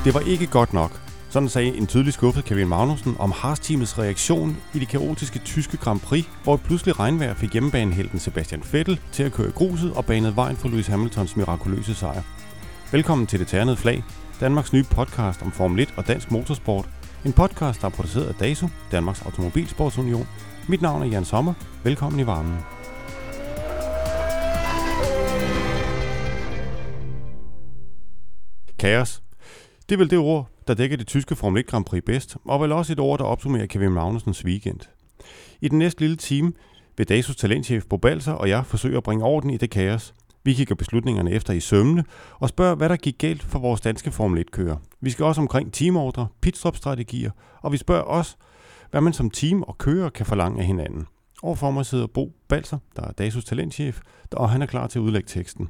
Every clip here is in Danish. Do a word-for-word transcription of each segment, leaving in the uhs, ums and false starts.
Det var ikke godt nok. Sådan sagde en tydelig skuffet Kevin Magnussen om Haas-teamets reaktion i det kaotiske tyske Grand Prix, hvor et pludselig regnvejr fik hjemmebanehelten Sebastian Vettel til at køre i gruset og banede vejen for Lewis Hamiltons mirakuløse sejr. Velkommen til Det Ternede Flag, Danmarks nye podcast om Formel et og dansk motorsport. En podcast, der er produceret af DASO, Danmarks Automobilsportsunion. Mit navn er Jan Sommer. Velkommen i varmen. Kaos. Det er vel det ord, der dækker det tyske Formel et Grand Prix bedst, og vel også et ord, der opsummerer Kevin Magnussens weekend. I den næste lille time vil DASOs talentchef Bo Balser og jeg forsøge at bringe orden i det kaos. Vi kigger beslutningerne efter i sømmene og spørger, hvad der gik galt for vores danske Formel et-kører. Vi skal også omkring teamordre, pitstop-strategier, og vi spørger også, hvad man som team og kører kan forlange af hinanden. Overfor mig sidder Bo Balser, der er DASOs talentchef, og han er klar til at udlægge teksten.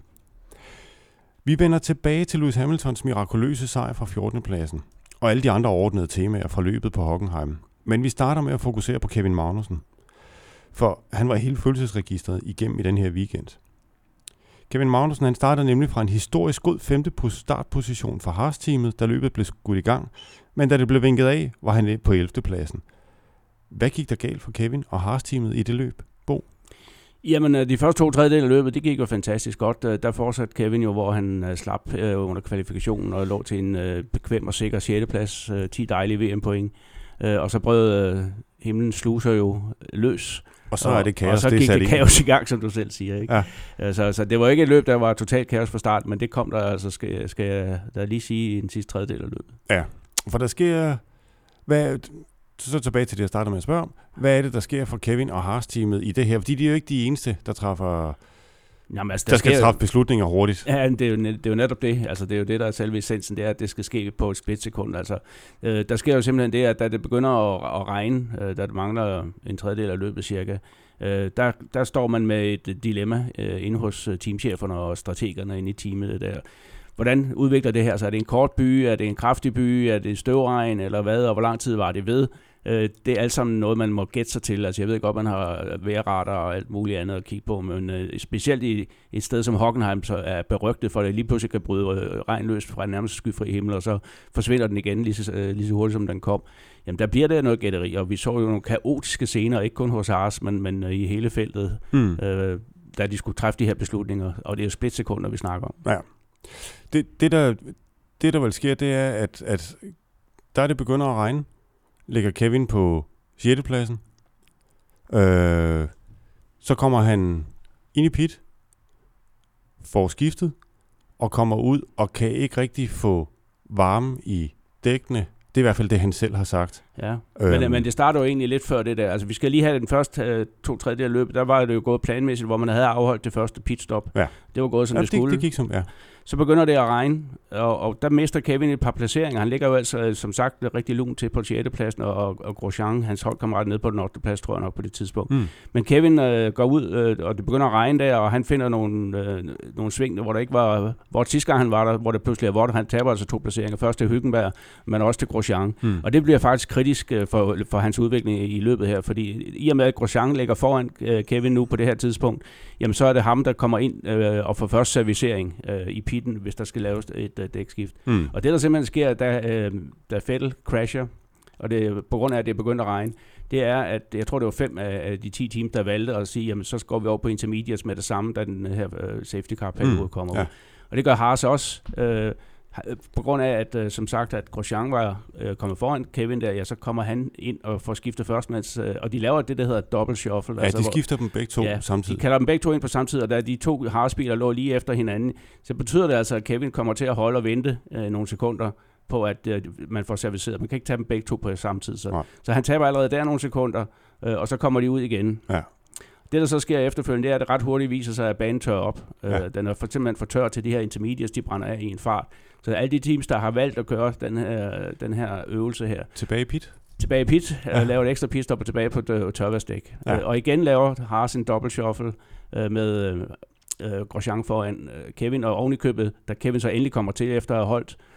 Vi vender tilbage til Lewis Hamiltons mirakuløse sejr fra fjortende pladsen, og alle de andre overordnede temaer fra løbet på Hockenheim. Men vi starter med at fokusere på Kevin Magnussen, for han var hele følelsesregistret igennem i den her weekend. Kevin Magnussen han startede nemlig fra en historisk god femte startposition for Haas-teamet, da løbet blev skudt i gang, men da det blev vinket af, var han på ellevte pladsen. Hvad gik der galt for Kevin og Haas-teamet i det løb? Bo? Jamen, de første to tredjedele af løbet, det gik jo fantastisk godt. Der fortsatte Kevin jo, hvor han slap under kvalifikationen og lå til en bekvem og sikker sjette plads, ti dejlige V M-point. Og så brød himlen sluser jo løs. Og så er det kaos. Og så det gik det det kaos i gang, som du selv siger. Ikke? Ja. Så, så det var ikke et løb, der var totalt kaos fra start, men det kom der, altså skal, skal jeg da lige sige, i den sidste tredjedel af løbet. Ja, for der sker... Hvad... Så tilbage til det, jeg starter med at spørge om. Hvad er det, der sker for Kevin og Haas-teamet i det her? Fordi de er jo ikke de eneste, der træffer... Jamen, altså, der, der skal sker, træffe beslutninger hurtigt. Ja, det er, jo, det er jo netop det. Altså, det er jo det, der er selve essensen, det er, at det skal ske på et splitsekund. Altså, øh, der sker jo simpelthen det, at da det begynder at, at regne, øh, da det mangler en tredjedel af løbet cirka, øh, der, der står man med et dilemma øh, inde hos teamcheferne og strategerne inde i teamet der. Hvordan udvikler det her? Så er det en kort by? Er det en kraftig by? Er det støvregn? Eller hvad? Og hvor lang tid var det ved? Det er alt sammen noget, man må gætte sig til. Altså, jeg ved godt, man har vejrradar og alt muligt andet at kigge på, men uh, specielt i et sted som Hockenheim så er berygtet for, at det lige pludselig kan bryde regn løs fra en nærmest skyfri himmel, og så forsvinder den igen lige så, uh, lige så hurtigt, som den kom. Jamen, der bliver der noget gætteri, og vi så jo nogle kaotiske scener, ikke kun hos Haas, men, men uh, i hele feltet, mm. uh, da de skulle træffe de her beslutninger, og det er jo splitsekunder, vi snakker om. Ja. Det, det, der, det, der vel sker, det er, at, at der det begynder at regne, ligger Kevin på sjette pladsen. Øh, så kommer han ind i pit, får skiftet, og kommer ud og kan ikke rigtig få varme i dækkene. Det er i hvert fald det, han selv har sagt. Ja, øhm. men, men det starter jo egentlig lidt før det der. Altså, vi skal lige have den første uh, to tredjedel af løbet. Der var det jo gået planmæssigt, hvor man havde afholdt det første pitstop. Ja. Det var gået, som ja, det skulle. Det, det gik som, ja. Så begynder det at regne, og, og der mister Kevin et par placeringer. Han ligger jo altså, som sagt, rigtig lun til på sjette pladsen, og, og, og Grosjean, hans holdkammerat, nede på den ottende plads, tror jeg nok på det tidspunkt. Mm. Men Kevin øh, går ud, øh, og det begynder at regne der, og han finder nogle, øh, nogle sving, hvor der ikke var... Hvor sidste gang han var der, hvor det pludselig er vådt, han taber altså to placeringer. Først til Hülkenberg, men også til Grosjean. Mm. Og det bliver faktisk kritisk øh, for, for hans udvikling i løbet her, fordi i og med, at Grosjean ligger foran øh, Kevin nu på det her tidspunkt, jamen så er det ham, der kommer ind øh, og får først servicering øh, i pitten, hvis der skal laves et øh, dækskift. Mm. Og det, der simpelthen sker, da, øh, da Vettel crasher, og det på grund af, at det er begyndt at regne, det er, at jeg tror, det var fem af, af de ti teams, der valgte at sige, jamen så går vi over på intermediates med det samme, da den her øh, safety car periode mm. kommer ja. ud. Og det gør Haas også, øh, på grund af, at øh, som sagt, at Grosjean var øh, kommet foran Kevin der, ja, så kommer han ind og får skiftet først, mens, øh, og de laver det, der hedder double shuffle. Ja, altså, de skifter hvor, dem begge to ja, samtidig. De kalder dem begge to ind på samme tid, og da de to Haas-biler lå lige efter hinanden, så betyder det altså, at Kevin kommer til at holde og vente øh, nogle sekunder på, at øh, man får serviceret. Man kan ikke tage dem begge to på samme tid. Så, så han taber allerede der nogle sekunder, øh, og så kommer de ud igen. Ja. Det, der så sker efterfølgende, det er, at det ret hurtigt viser sig, at banen tørrer op. Ja. Øh, den er for, simpelthen for tør til de her intermediates, de brænder af i en fart. Så alle de teams, der har valgt at køre den her, den her øvelse her. Tilbage i pit? Tilbage i pit, ja. uh, laver et ekstra pitstop og tilbage på tørværsdæk. Ja. Uh, og igen laver Haas en double shuffle uh, med uh, Grosjean foran uh, Kevin, og oven i købet, da Kevin så endelig kommer til efter at have holdt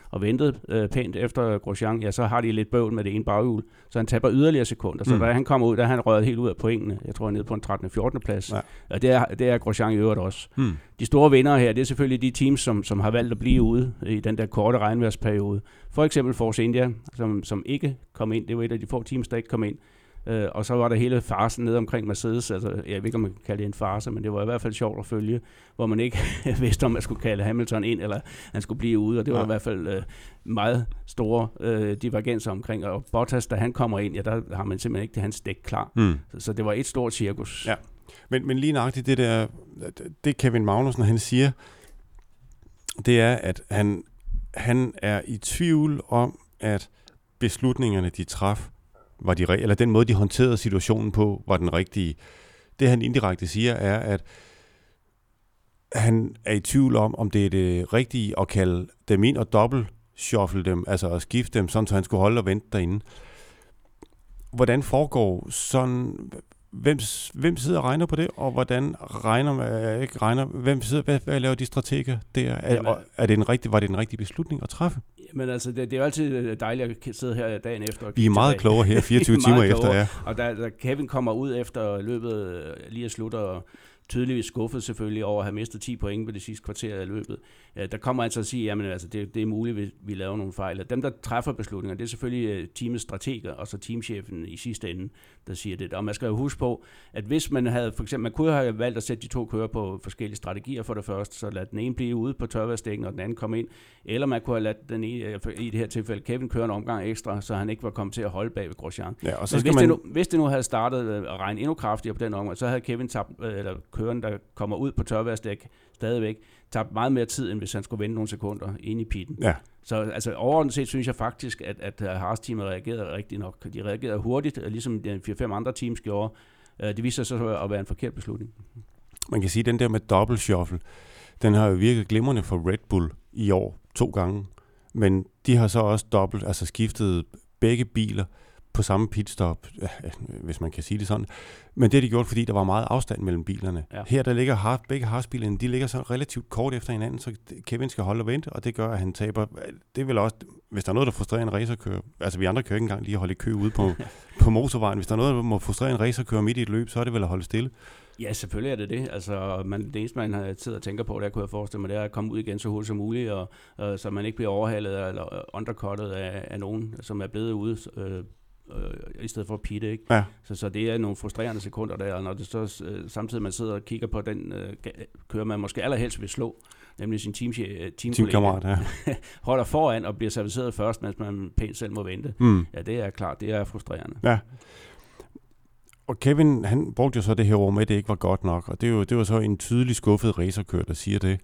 og ventet øh, pænt efter Grosjean, ja, så har de lidt bøvl med det ene baghjul, så han taber yderligere sekunder. Så mm. da han kommer ud, der er han røget helt ud af pointene. Jeg tror, han er nede på en trettende fjortende plads. Ja. Og det er, det er Grosjean i øvrigt også. Mm. De store vindere her, det er selvfølgelig de teams, som, som har valgt at blive ude i den der korte regnvejrsperiode. For eksempel Force India, som, som ikke kom ind. Det var et af de få teams, der ikke kom ind. Uh, og så var der hele farsen nede omkring Mercedes, altså jeg ved ikke, om man kan kalde det en farse, men det var i hvert fald sjovt at følge, hvor man ikke vidste, om man skulle kalde Hamilton ind, eller han skulle blive ude, og det var ja. i hvert fald uh, meget store uh, divergenser omkring, og Bottas, da han kommer ind, ja, der har man simpelthen ikke det hans dæk klar, mm. så, så det var et stort cirkus. Ja, men, men lige nøjagtigt det der, det Kevin Magnussen, han siger, det er, at han, han er i tvivl om, at beslutningerne, de traf, var de, eller den måde, de håndterede situationen på, var den rigtige. Det, han indirekte siger, er, at han er i tvivl om, om det er det rigtige at kalde dem ind og dobbelt shuffle dem, altså at skifte dem, sådan så han skulle holde og vente derinde. Hvordan foregår sådan... Hvem, hvem sidder og regner på det, og hvordan regner man ikke regner? Hvem sidder, hvad, hvad laver de strateger der? Er, Jamen, er det en rigtig, var det en rigtig beslutning at træffe? Men altså, det, det er jo altid dejligt at sidde her dagen efter. Vi er meget tilbage. Klogere her, fireogtyve timer efter, ja. Og da, da Kevin kommer ud efter løbet lige at slutte, og tydeligvis skuffet selvfølgelig over at have mistet ti point på det sidste kvarter af løbet. Ja, der kommer altså at sige, at altså, det, det er muligt, at vi, vi laver nogle fejl. Dem, der træffer beslutninger, det er selvfølgelig teamets strateger, og så teamchefen i sidste ende, der siger det. Og man skal jo huske på, at hvis man havde, for eksempel, man kunne have valgt at sætte de to kører på forskellige strategier for det første, så lad den ene blive ude på tørværsdækken, og den anden komme ind, eller man kunne have ladt den ene, i det her tilfælde Kevin køre en omgang ekstra, så han ikke var kommet til at holde bag ved Grosjean. Ja, og så hvis, man... det nu, hvis det nu havde startet at regne endnu kraftigere på den omgang, så havde Kevin tabt, eller køren, der kommer ud på tørværsdæk, stadigvæk tabt meget mere tid, end hvis han skulle vente nogle sekunder inde i pitten. Ja. Så altså, overordnet set synes jeg faktisk, at, at Haas-teamet reagerede rigtig nok. De reagerede hurtigt, ligesom de fire fem andre teams gjorde. Det viser sig så at være en forkert beslutning. Man kan sige, at den der med double shuffle, den har jo virket glimrende for Red Bull i år to gange. Men de har så også dobbelt, altså skiftet begge biler på samme pitstop, hvis man kan sige det sådan. Men det har de gjort, fordi der var meget afstand mellem bilerne. Ja. Her der ligger Haas, begge Haas-bilerne, de ligger så relativt kort efter hinanden, så Kevin skal holde og vente, og det gør, at han taber. Det er vel også, hvis der er noget, der frustrerer en racerkører, altså vi andre kører ikke engang lige at holde i kø ude på, på motorvejen. Hvis der er noget, der må frustrere en racerkører midt i et løb, så er det vel at holde stille. Ja, selvfølgelig er det det. Altså, man, det eneste, man har tid at tænke på, der kunne jeg forestille mig, det er at komme ud igen så hurtigt som muligt, og, og så man ikke bliver overhalet eller undercuttet af, af nogen, som er blevet ude øh, i stedet for at pitte, ikke? Ja. Så, så det er nogle frustrerende sekunder der, og når det så øh, samtidig man sidder og kigger på den øh, kører, man måske allerhelst vil slå, nemlig sin team, teamkammerat, ja. holder foran og bliver serviceret først, mens man pænt selv må vente. Mm. Ja, det er klart, det er frustrerende. Ja. Og Kevin, han brugte jo så det her ord med, at det ikke var godt nok, og det er jo, det var så en tydelig skuffet racerkører, der siger det.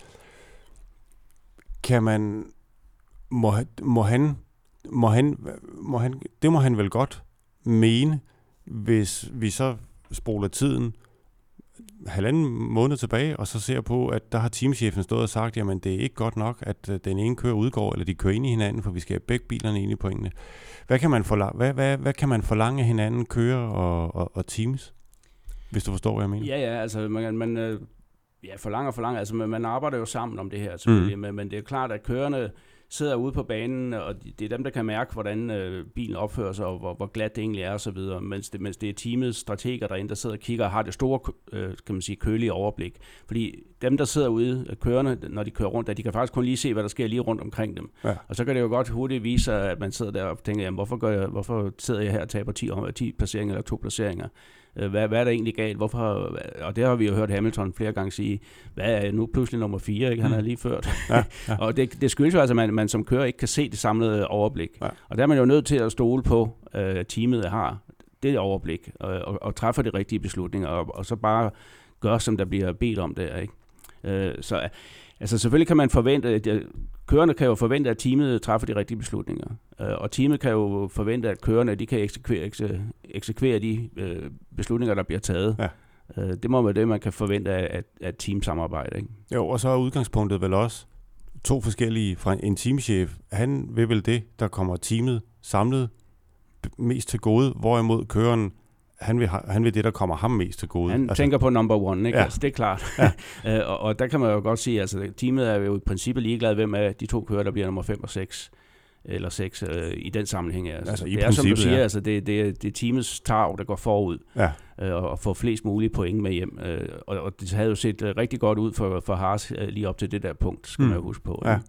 Kan man, må, må han Må han, må han, det må han vel godt mene, hvis vi så spoler tiden halvanden måned tilbage, og så ser på, at der har teamchefen stået og sagt, jamen det er ikke godt nok, at den ene kører udgår, eller de kører ind i hinanden, for vi skal have begge bilerne ind i pointene. Hvad kan man forlange, hvad, hvad, hvad kan man forlange af hinanden, kører og, og, og teams, hvis du forstår, hvad jeg mener? Ja, ja, altså man, man ja, forlanger og forlanger, altså man, man arbejder jo sammen om det her, selvfølgelig, mm. men, men det er klart, at kørerne sidder ude på banen, og det er dem, der kan mærke, hvordan øh, bilen opfører sig, og hvor, hvor glat det egentlig er, og så videre, mens det, mens det er teamets strateger derinde, der sidder og kigger og har det store, øh, kan man sige, kølige overblik. Fordi dem, der sidder ude, kørerne, når de kører rundt, der, de kan faktisk kun lige se, hvad der sker lige rundt omkring dem. Ja. Og så kan det jo godt hurtigt vise, at man sidder der og tænker, jamen, hvorfor, gør jeg, hvorfor sidder jeg her og taber ti, ti placeringer eller to placeringer? Hvad, hvad er der egentlig galt? Hvorfor? Og det har vi jo hørt Hamilton flere gange sige, hvad er nu pludselig nummer fire? Ikke? Han har lige ført. Ja, ja. Og det, det skyldes jo altså, at man, man som kører ikke kan se det samlede overblik. Ja. Og der er man jo nødt til at stole på, at teamet har det overblik, og, og, og træffer de rigtige beslutninger, og, og så bare gør, som der bliver bedt om der. Ikke? Så altså selvfølgelig kan man forvente, at kørerne kan jo forvente, at teamet træffer de rigtige beslutninger. Og teamet kan jo forvente, at kørerne de kan eksekvere, eksekvere de beslutninger, der bliver taget. Ja. Det må være det, man kan forvente af, af teamsamarbejde. Ikke? Jo, og så er udgangspunktet vel også to forskellige fra en teamchef. Han vil vel det, der kommer teamet samlet mest til gode, hvorimod køreren han vil, han vil det, der kommer ham mest til gode. Han altså, tænker på number one, ikke? Ja. Altså, det er klart. Ja. og, og der kan man jo godt sige, altså teamet er jo i princippet ligeglad, hvem af de to kører, der bliver nummer fem og seks eller seks øh, i den sammenhæng. Altså, altså, det er som du siger, ja. altså, det, det, det er teamets tarv, der går forud ja. øh, og får flest mulige point med hjem. Øh, og, og det havde jo set øh, rigtig godt ud for, for Haas øh, lige op til det der punkt, skal mm. man huske på. Ja.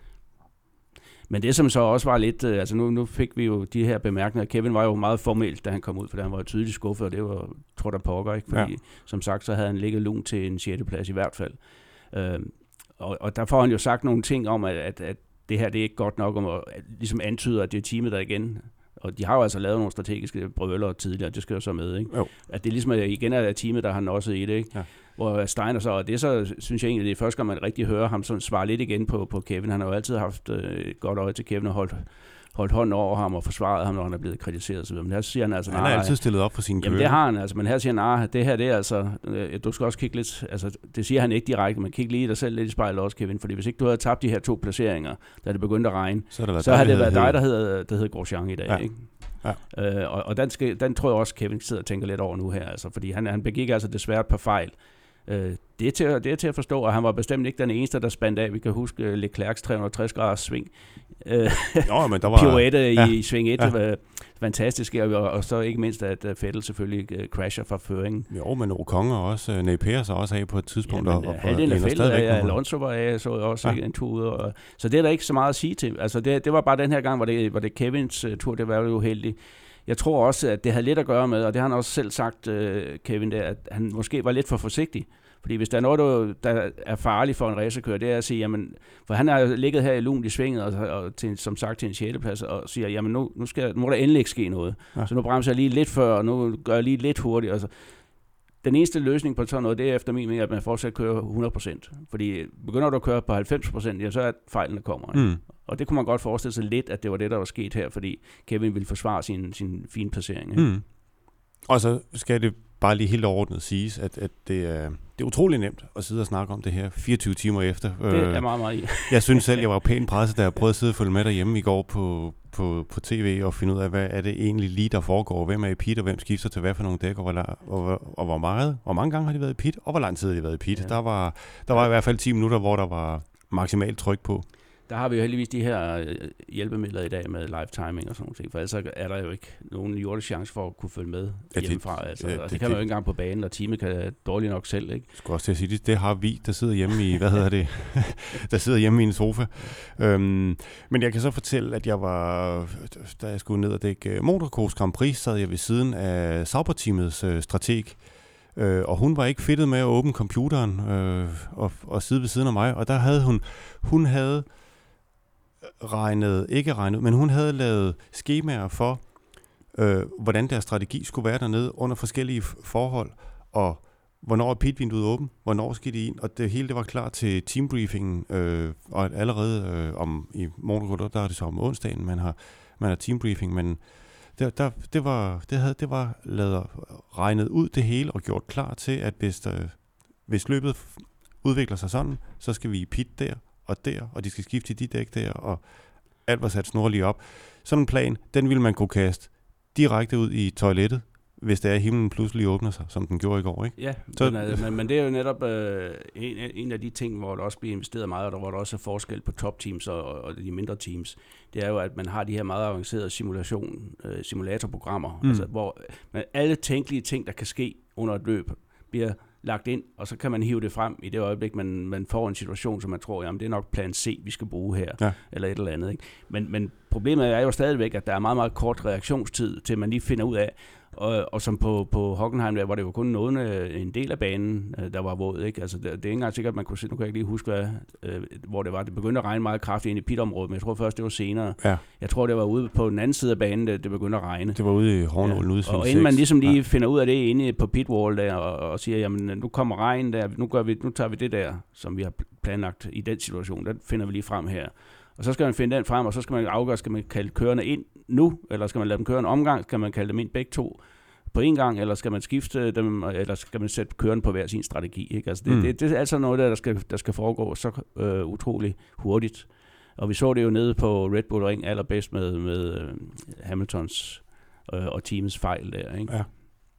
Men det som så også var lidt, øh, altså nu, nu fik vi jo de her bemærkninger. Kevin var jo meget formelt, da han kom ud, for han var tydeligt skuffet, og det var, tror der pokker, ikke? Fordi ja. som sagt, så havde han ligget lun til en sjette plads i hvert fald. Øh, og, og der får han jo sagt nogle ting om, at, at, at det her det er ikke godt nok, om at, at ligesom antyder, at det er teamet, der igen, og de har jo altså lavet nogle strategiske brøler tidligere, det skal jo så med, ikke? Jo. At det ligesom igen er teamet, der har nosset i det, ikke? Ja. Hvor Steiner så, og det så, synes jeg egentlig, det er første gang, man rigtig hører ham sådan svare lidt igen på, på Kevin. Han har jo altid haft øh, et godt øje til Kevin og holdt, holdt hånden over ham og forsvaret ham, når han er blevet kritiseret. Så, men her siger han altså, han har altid stillet op for sine kører. Jamen det har han, altså, men her siger han, nah, det her, det er altså, øh, du skal også kigge lidt, altså det siger han ikke direkte, men kig lige dig selv lidt i spejlet også, Kevin, fordi hvis ikke du havde tabt de her to placeringer, da det begyndte at regne, så, det så havde det været dig, der hedder, der hedder Grosjean i dag, ja. Ikke? Ja. Øh, og og den, skal, den tror jeg også, Kevin sidder og tænker lidt over nu her, altså, fordi han, han begik altså desværre et par fejl. Øh, det, er til, det er til at forstå, og han var bestemt ikke den eneste, der spændte af. Vi kan huske Leclercs tre hundrede og tres graders sving. Øh, jo, men der var... Pirouette ja. i sving et. Ja. Fantastisk, og, og så ikke mindst, at Vettel selvfølgelig uh, crasher fra føringen. Jo, men Ocon og også uh, Napier så også af på et tidspunkt. Ja, men, og, og halvdelen af feltet af Alonso var af, så også ja. en tur ude. Og, så det er der ikke så meget at sige til. Altså, det, det var bare den her gang, hvor det, hvor det Kevins uh, tur, det var jo uheldigt. Jeg tror også, at det havde lidt at gøre med, og det har han også selv sagt, uh, Kevin, der, at han måske var lidt for forsigtig. Fordi hvis der er noget, der er farligt for en racerkører, det er at sige, jamen, for han har ligget her i lunt i svinget, og, og til, som sagt til en sjette plads, og siger, jamen nu, nu, skal, nu må der endelig ikke ske noget. Ja. Så nu bremser jeg lige lidt før, og nu gør jeg lige lidt hurtigt. Altså, den eneste løsning på sådan noget, det er efter min mening, at man fortsat kører hundrede procent. Fordi begynder du at køre på halvfems procent, ja, så er fejlen, der kommer. Mm. Og det kunne man godt forestille sig lidt, at det var det, der var sket her, fordi Kevin ville forsvare sin, sin fine placering. Mm. Og så skal det bare lige helt overordnet siges, at, at det, er, det er utrolig nemt at sidde og snakke om det her fireogtyve timer efter. Det er meget, meget i. Jeg synes selv, jeg var pænt presset, da jeg prøvede at sidde og følge med derhjemme i går på, på, på tv og finde ud af, hvad er det egentlig lige, der foregår. Hvem er i pit, og hvem skifter til hvad for nogle dæk, og hvor, og, og, og hvor, meget, hvor mange gange har de været i pit, og hvor lang tid har de været i pit. Ja. Der var, der var i hvert fald ti minutter, hvor der var maksimalt tryk på. Der har vi jo heldigvis de her hjælpemidler i dag med live timing og sådan noget, for ellers er der jo ikke nogen jordisk chance for at kunne følge med ja, hjemmefra. Altså. Ja, det, og det kan man jo ikke engang på banen, og teamet kan dårligt nok selv. Ikke? Jeg skulle også til at sige, det, det har vi, der sidder hjemme i, hvad hedder det, der sidder hjemme i en sofa. Øhm, men jeg kan så fortælle, at jeg var, da jeg skulle ned og dække Motocross Grand Prix, sad jeg ved siden af Sauber-teamets øh, strateg, øh, og hun var ikke fedtet med at åbne computeren øh, og, og sidde ved siden af mig, og der havde hun, hun havde regnet, ikke regnet, men hun havde lavet skemaer for, øh, hvordan deres strategi skulle være dernede under forskellige forhold, og hvornår er pitvinduet åben, hvornår skal de ind, og det hele det var klar til teambriefingen, øh, og allerede øh, om i morgen, der er det så om onsdagen, man har, man har teambriefing, men der, der, det, var, det, havde, det var lavet regnet ud det hele og gjort klar til, at hvis, der, hvis løbet udvikler sig sådan, så skal vi i pit der, og der, og de skal skifte de dæk der, og alt var sat snorligt op. Sådan en plan, den ville man kunne kaste direkte ud i toilettet, hvis det er, himlen pludselig åbner sig, som den gjorde i går, ikke? Ja, så, men, men, men det er jo netop øh, en, en af de ting, hvor der også bliver investeret meget, og hvor der også er forskel på top-teams og, og de mindre teams. Det er jo, at man har de her meget avancerede simulation, øh, simulatorprogrammer, mm. altså, hvor man, alle tænkelige ting, der kan ske under et løb, bliver lagt ind, og så kan man hive det frem i det øjeblik, man, man får en situation, som man tror, jamen det er nok plan C, vi skal bruge her, ja. eller et eller andet. Ikke? Men, men problemet er jo stadigvæk, at der er meget, meget kort reaktionstid, til man lige finder ud af, og, og som på, på Hockenheim, der var det jo kun nogen, en del af banen, der var våd. Ikke? Altså, det, det er ikke engang sikkert, at man kunne se, nu kan jeg ikke lige huske, hvad, øh, hvor det var. Det begyndte at regne meget kraftigt ind i pitområdet, men jeg tror først, det var senere. Ja. Jeg tror, det var ude på den anden side af banen, det, det begyndte at regne. Det var ude i Hornålen, ja. ude i Og inden man ligesom lige ja. finder ud af det inde på pitwall der, og, og siger, jamen nu kommer regn der, nu, gør vi, nu tager vi det der, som vi har planlagt i den situation, den finder vi lige frem her. Og så skal man finde den frem, og så skal man afgøre, skal man kalde kørende ind nu, eller skal man lade dem køre en omgang, skal man kalde dem ind begge to på en gang, eller skal man skifte dem, eller skal man sætte kørende på hver sin strategi. Ikke? Altså det, mm. det, det er altså noget, der skal, der skal foregå så øh, utrolig hurtigt. Og vi så det jo nede på Red Bull Ring allerbedst med, med øh, Hamiltons øh, og teamets fejl der. Ikke? Ja.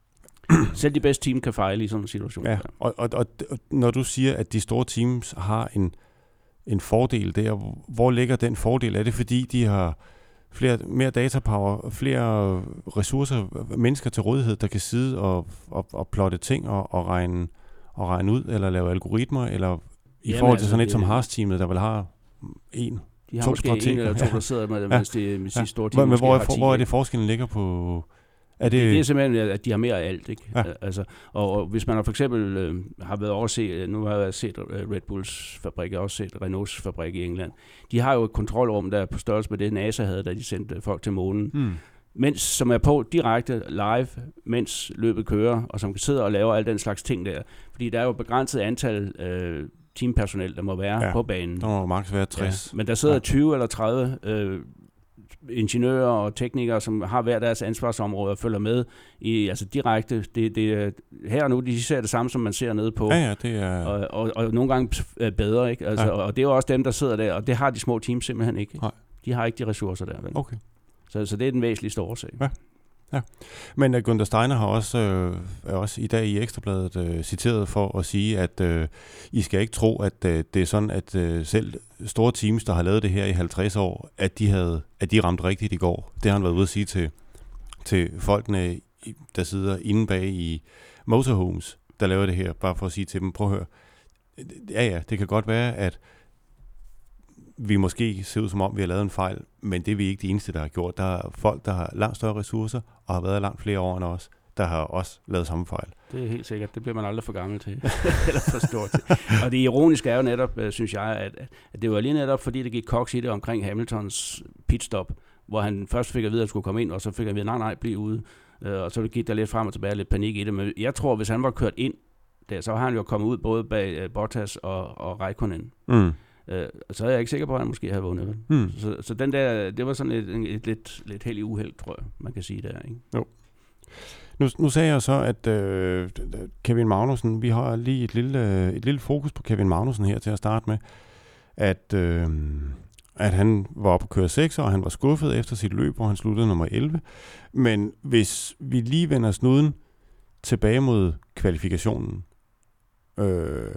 Selv de bedste team kan fejle i sådan en situation. Ja, og, og, og når du siger, at de store teams har en, en fordel der, hvor ligger den fordel? Er det fordi, de har flere, mere datapower, flere ressourcer, mennesker til rådighed, der kan sidde og, og, og plotte ting og, og, regne, og regne ud, eller lave algoritmer, eller i Jamen, forhold til altså, sådan et som Haas-teamet, der vel har en, de har to måske strateger. en eller to, der sidder med, mens de, med ja. de store team Men hvor er, har ti, hvor er det forskellen ligger på? Er det, det er simpelthen, at de har mere af alt, ikke? Ja. Altså, og, og hvis man har for eksempel øh, har været over at se, nu har jeg set Red Bulls fabrik, jeg har også set Renaults fabrik i England. De har jo et kontrolrum, der er på størrelse med det, NASA havde, da de sendte folk til månen. Hmm. Mens, som er på direkte live, mens løbet kører, og som kan sidde og lave al den slags ting der. Fordi der er jo begrænset antal øh, teampersonel, der må være ja, på banen. Der må maks være tres. Ja, men der sidder ja. tyve eller tredive øh, ingeniører og teknikere, som har hver deres ansvarsområde og følger med i, altså direkte. Det, det, her og nu, de ser det samme, som man ser nede på. Ja, ja, det er... Og, og, og nogle gange bedre, ikke? Altså, ja. Og det er jo også dem, der sidder der, og det har de små teams simpelthen ikke. Nej. De har ikke de ressourcer der. Vel? Okay. Så, så det er den væsentligste årsag. Ja. Ja. Men uh, Gunther Steiner har også, øh, er også i dag i Ekstrabladet øh, citeret for at sige, at øh, I skal ikke tro, at øh, det er sådan, at øh, selv store teams, der har lavet det her i halvtreds år, at de havde, at de ramte rigtigt i går. Det har han været ude at sige til, til folkene, der sidder inde bag i motorhomes, der laver det her, bare for at sige til dem, prøv at høre, ja ja, det kan godt være, at vi måske ser ud som om, vi har lavet en fejl, men det er vi ikke de eneste, der har gjort. Der er folk, der har langt større ressourcer, og har været langt flere år end os, der har også lavet samme fejl. Det er helt sikkert. Det bliver man aldrig for gammel til, eller for stor til. Og det ironiske er jo netop, synes jeg, at, at det var lige netop, fordi det gik koks i det omkring Hamiltons pitstop, hvor han først fik at vide, at han skulle komme ind, og så fik at vide, nej, nej, bliv ude. Og så gik der lidt frem og tilbage, lidt panik i det. Men jeg tror, hvis han var kørt ind, der, så har han jo kommet ud både bag uh, Bottas og, og Raikkonen. Mm. Uh, så er jeg ikke sikker på, at han måske havde vundet. Hmm. Så, så den der, det var sådan et, et, et lidt, lidt heldig uheld, tror jeg, man kan sige der. Ikke? Jo. Nu, nu sagde jeg så, at øh, Kevin Magnussen, vi har lige et lille, et lille fokus på Kevin Magnussen her til at starte med, at, øh, at han var oppe på køre seks, og han var skuffet efter sit løb, hvor han sluttede nummer elleve. Men hvis vi lige vender snuden tilbage mod kvalifikationen, øh,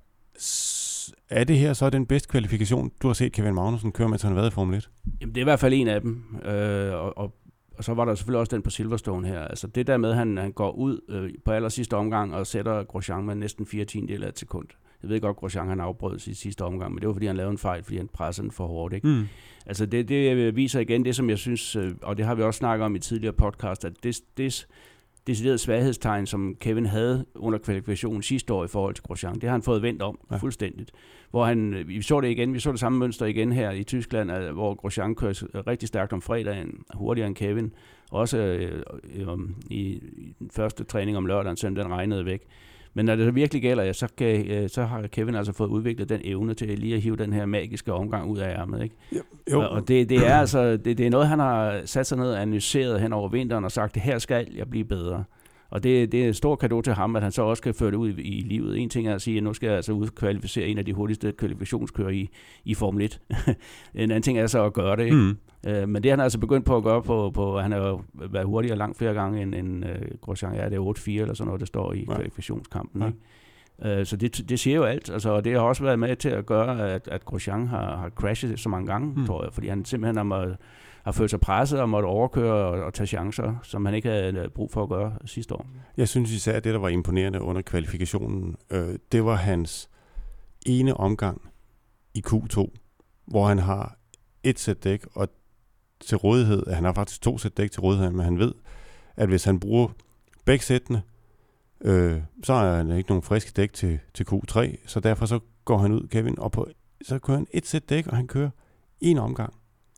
er det her så den bedste kvalifikation, du har set Kevin Magnussen køre med, til han har været i Formel et? Jamen, det er i hvert fald en af dem. Øh, og, og, og så var der selvfølgelig også den på Silverstone her. Altså det der med, at han, han går ud øh, på aller sidste omgang og sætter Grosjean med næsten fire tiendedele af et sekund. Jeg ved godt, Grosjean han afbrød sit sidste omgang, men det var, fordi han lavede en fejl, fordi han pressede den for hårdt. Ikke? Mm. Altså det, det viser igen det, som jeg synes, og det har vi også snakket om i tidligere podcast, at det, det decideret svaghedstegn, som Kevin havde under kvalifikationen sidste år i forhold til Grosjean. Det har han fået vendt om ja. fuldstændigt. Hvor han, vi så det igen, vi så det samme mønster igen her i Tyskland, hvor Grosjean kører rigtig stærkt om fredagen, hurtigere end Kevin. Også øh, øh, i, i den første træning om lørdagen, selvom den regnede væk. Men når det så virkelig gælder, ja, så, kan, øh, så har Kevin altså fået udviklet den evne til lige at hive den her magiske omgang ud af ærmet. Ikke? Jo, jo. Og, og det, det er altså det, det er noget, han har sat sig ned og analyseret hen over vinteren og sagt, det her skal jeg blive bedre. Og det, det er en stor cadeau til ham, at han så også kan føre det ud i, i livet. En ting er at sige, at nu skal jeg altså udkvalificere en af de hurtigste kvalifikationskører i, i Formel et. En anden ting er så at gøre det. Ikke? Mm. Uh, men det han har altså begyndt på at gøre, på, på han har jo været hurtigere langt flere gange end, end uh, Grosjean. Ja, det er otte fire eller sådan noget, der står i ja. kvalifikationskampen. Ja. Ikke? Uh, så det, det siger jo alt. Altså, og det har også været med til at gøre, at, at Grosjean har, har crashet så mange gange, mm. tror jeg. Fordi han simpelthen har måttet har følt sig presset og måtte overkøre og, og tage chancer, som han ikke havde brug for at gøre sidste år. Jeg synes især, at det, der var imponerende under kvalifikationen, øh, det var hans ene omgang i Q to, hvor han har et sæt dæk og til rådighed. Han har faktisk to sæt dæk til rådighed, men han ved, at hvis han bruger begge sættene, øh, så er han ikke nogen friske dæk til, til Q tre, så derfor så går han ud, Kevin, og på, så kører han et sæt dæk, og han kører en omgang.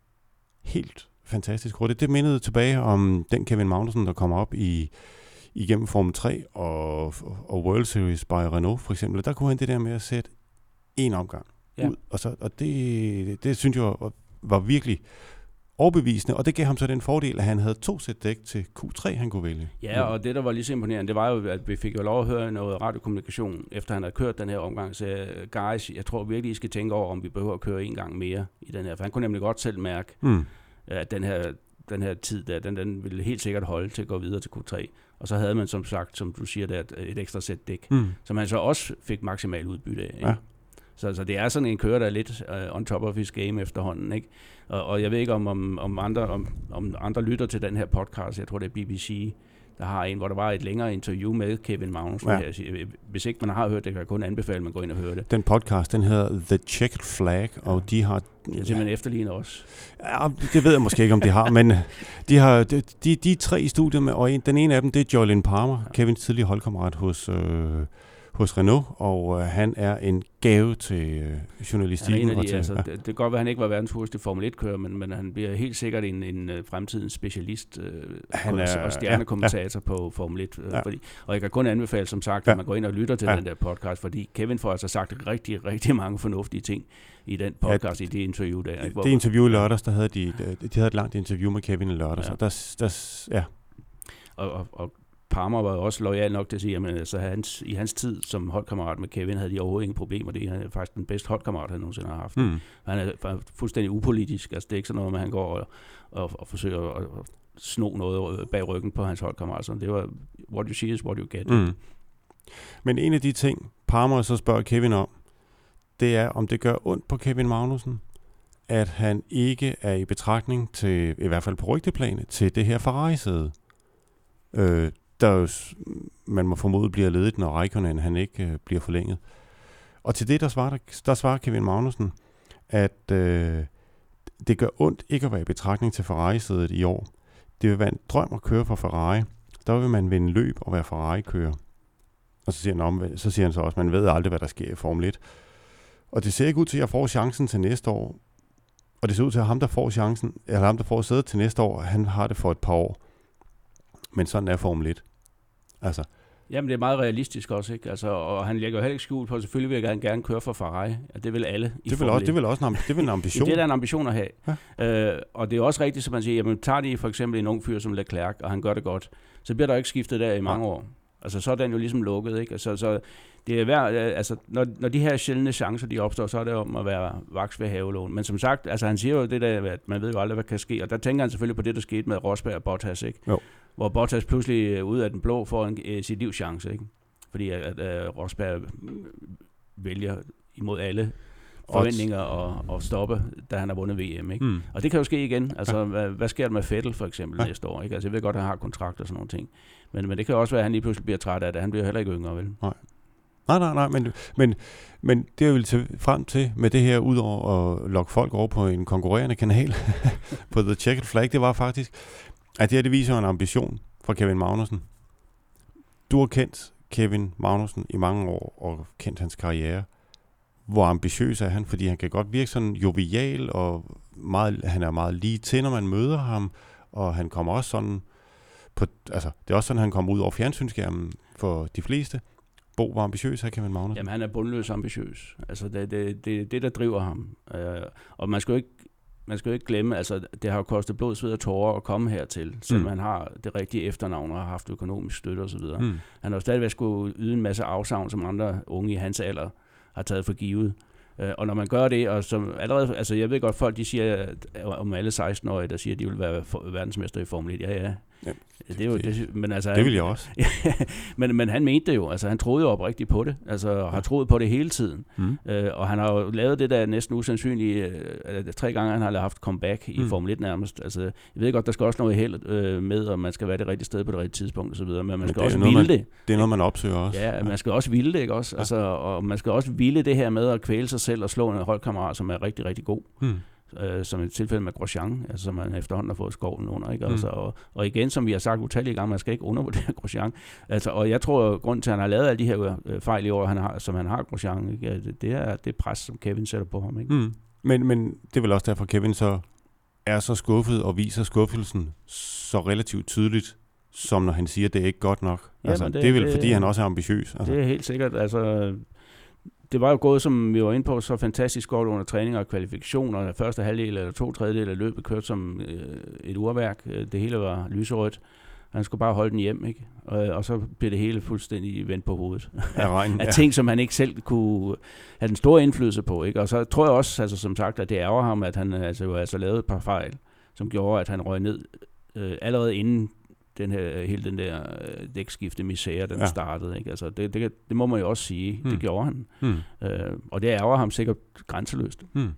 Helt fantastisk hurtigt. Det mindede tilbage om den Kevin Magnussen, der kommer op i igennem Formel tre og, og World Series by Renault for eksempel. Der kunne han det der med at sætte en omgang ja. ud. Og, så, og det, det synes jeg var, var virkelig overbevisende, og det gav ham så den fordel, at han havde to sæt dæk til Q tre, han kunne vælge. Ja, og det, der var lige så imponerende, det var jo, at vi fik jo lov at høre noget radiokommunikation, efter han havde kørt den her omgang. Så guys, jeg tror virkelig, I skal tænke over, om vi behøver at køre en gang mere i den her. For han kunne nemlig godt selv mærke, mm. at den her, den her tid der, den, den ville helt sikkert holde til at gå videre til Q tre. Og så havde man som sagt, som du siger, der, et ekstra sæt dæk, mm. som man så også fik maksimal udbytte af. Ikke? Ja. Så, så det er sådan en kører, der er lidt uh, on top of his game efterhånden. Ikke? Og, og jeg ved ikke, om, om, om, andre, om, om andre lytter til den her podcast. Jeg tror, det er B B C, der har en, hvor der var et længere interview med Kevin Magnussen. Ja. Hvis ikke man har hørt det, kan jeg kun anbefale, at man går ind og hører det. Den podcast, den hedder The Checkered Flag, ja. Og de har... Det er simpelthen efterlignet også. Ja, det ved jeg måske ikke, om de har, men de har de, de, de tre i studiet, med, og en, den ene af dem, det er Jolyon Palmer, ja. Kevins tidligere holdkammerat hos... Øh, hos Renault, og øh, han er en gave til øh, journalistikken. De, og til, altså, ja. det, det kan godt være, at han ikke var verdens hurtigste Formel et-kører, men, men han bliver helt sikkert en, en uh, fremtidens specialist øh, han er, og stjernekommentator ja, ja. på Formel et. Øh, ja. fordi, og jeg kan kun anbefale, som sagt, ja. at man går ind og lytter til ja. den der podcast, fordi Kevin får altså sagt rigtig, rigtig mange fornuftige ting i den podcast, ja, i det interview der. Ikke? Hvor, det interview i lørdags, der havde de, de havde et langt interview med Kevin i lørdags, ja. og der, der, ja. Og, og, og Palmer var jo også loyal nok til at sige, at altså, hans, i hans tid som holdkammerat med Kevin havde de overhovedet ingen problemer. Det er faktisk den bedste holdkammerat, han nogensinde har haft. Mm. Han er fuldstændig upolitisk. Altså, det er ikke sådan noget, at han går og, og, og forsøger at sno noget bag ryggen på hans holdkammerat. Så det var, what you see is what you get. Mm. Men en af de ting, Palmer så spørger Kevin om, det er, om det gør ondt på Kevin Magnussen, at han ikke er i betragtning til, i hvert fald på rygteplanet, til det her Ferrari-sæde. Øh, der jo, man må formode bliver ledet, når Raikkonen han ikke øh, bliver forlænget. Og til det, der svarer, der, der svarer Kevin Magnussen, at øh, det gør ondt ikke at være i betragtning til Ferrari-sædet i år. Det vil være en drøm at køre for Ferrari. Der vil man vinde løb og være Ferrari-kører. Og så siger, han om, så siger han så også, at man ved aldrig, hvad der sker i Formel et. Og det ser ikke ud til, at jeg får chancen til næste år. Og det ser ud til, at ham, der får chancen, eller ham, der får sædet til næste år, han har det for et par år. Men sådan er Formel et. Altså. Jamen, det er meget realistisk også, ikke? Altså, og han lægger jo heller ikke skjult på, selvfølgelig vil jeg gerne køre for Ferrari. Ja, det vil alle i det vil også, det vil også en, det vil en ambition. Det er der en ambition at have. Ja. Øh, og det er også rigtigt, som man siger, jamen, tager de for eksempel en ung fyr som Leclerc, og han gør det godt, så bliver der ikke skiftet der i mange ja. år. Altså, så er den jo ligesom lukket, ikke? Altså, så det er værd, altså, når, når de her sjældne chancer, de opstår, så er det om at være vaks ved havelån. Men som sagt, altså, han siger jo det der, at man ved jo aldrig, hvad kan ske, og der tænker han selvfølgelig på det, der skete med Rosberg og Bottas, ikke? Jo. Hvor Bottas pludselig ud af den blå får en, uh, sit livs chance, ikke? Fordi at, at uh, Rosberg vælger imod alle forventninger og, og stoppe, da han har vundet V M, ikke? Mm. Og det kan jo ske igen. Altså, ja. hvad, hvad sker der med Vettel for eksempel ja. næste år, ikke? Altså, jeg ved godt, at han har kontrakt og sådan nogle ting. Men, men det kan også være, at han lige pludselig bliver træt af det. Han bliver heller ikke yngre, vel? Nej. Nej, nej, nej, men, men, men det jeg vil tage frem til med det her, udover at lokke folk over på en konkurrerende kanal på The Checkered Flag, det var faktisk, at det her, det viser en ambition fra Kevin Magnussen. Du har kendt Kevin Magnussen i mange år, og kendt hans karriere. Hvor ambitiøs er han? Fordi han kan godt virke sådan jovial, og meget, han er meget lige til, når man møder ham, og han kommer også sådan på, altså, det er også sådan, han kommer ud over fjernsynsskærmen for de fleste. Bo, hvor ambitiøs er Kevin Magnussen? Jamen, han er bundløs ambitiøs. Altså, det er det, det, det, der driver ham. Uh, og man skal jo ikke Man skal jo ikke glemme, altså det har jo kostet blod, sved og tårer at komme hertil, selvom mm. han har det rigtige efternavn og har haft økonomisk støtte osv. Mm. Han har jo stadigvæk skulle yde en masse afsavn, som andre unge i hans alder har taget for givet. Uh, og når man gør det, og som allerede, altså jeg ved godt, folk de siger at, om alle seksten-årige, der siger, at de vil være for, verdensmester i Formel et. Ja, ja. Ja, det, det, er jo, det, men altså, det vil jeg også. men, men han mente det jo, altså han troede jo oprigtigt på det, altså og har troet på det hele tiden. Mm. Øh, og han har jo lavet det der næsten usandsynlige, øh, tre gange han har haft comeback i mm. Formel et nærmest. Altså, jeg ved godt, der skal også noget held øh, med, og man skal være det rigtige sted på det rigtige tidspunkt osv., men man men skal også ville man, det. Det er noget, man opsøger også. Ja, ja. Man skal også ville det, ikke også? Ja. Altså, og man skal også ville det her med at kvæle sig selv og slå en holdkammerat, som er rigtig, rigtig god. Mm. Øh, som et tilfælde med Grosjean, altså som man efterhånden har fået skoven under, ikke? Mm. Altså, og, og igen, som vi har sagt utallige gange, man skal ikke undervurdere Grosjean. Altså, og jeg tror, at grunden til, at han har lavet alle de her øh, fejl i år, han har, som han har Grosjean, ikke? Det, det er det pres, som Kevin sætter på ham. Ikke? Mm. Men, men det er vel også derfor, Kevin så er så skuffet og viser skuffelsen så relativt tydeligt, som når han siger, at det er ikke godt nok. Ja, altså, det, det er vel, det, fordi han også er ambitiøs. Altså. Det er helt sikkert. Altså, det var jo gået, som vi var inde på, så fantastisk godt under træning og kvalifikationer. Den første halvdel eller to tredjedel af løbet kørte som øh, et urværk. Det hele var lyserødt. Han skulle bare holde den hjem, ikke? Og, og så blev det hele fuldstændig vendt på hovedet. Af regn, af ja. ting, som han ikke selv kunne have den store indflydelse på, ikke? Og så tror jeg også, altså, som sagt, at det ærger ham, at han altså, jo altså lavede et par fejl, som gjorde, at han røg ned øh, allerede inden den her, hele den der øh, dækskifte misære, den ja. startede. Ikke? Altså, det, det, det må man jo også sige. Mm. Det gjorde han. Mm. Øh, og det ærger ham sikkert grænseløst. Mm.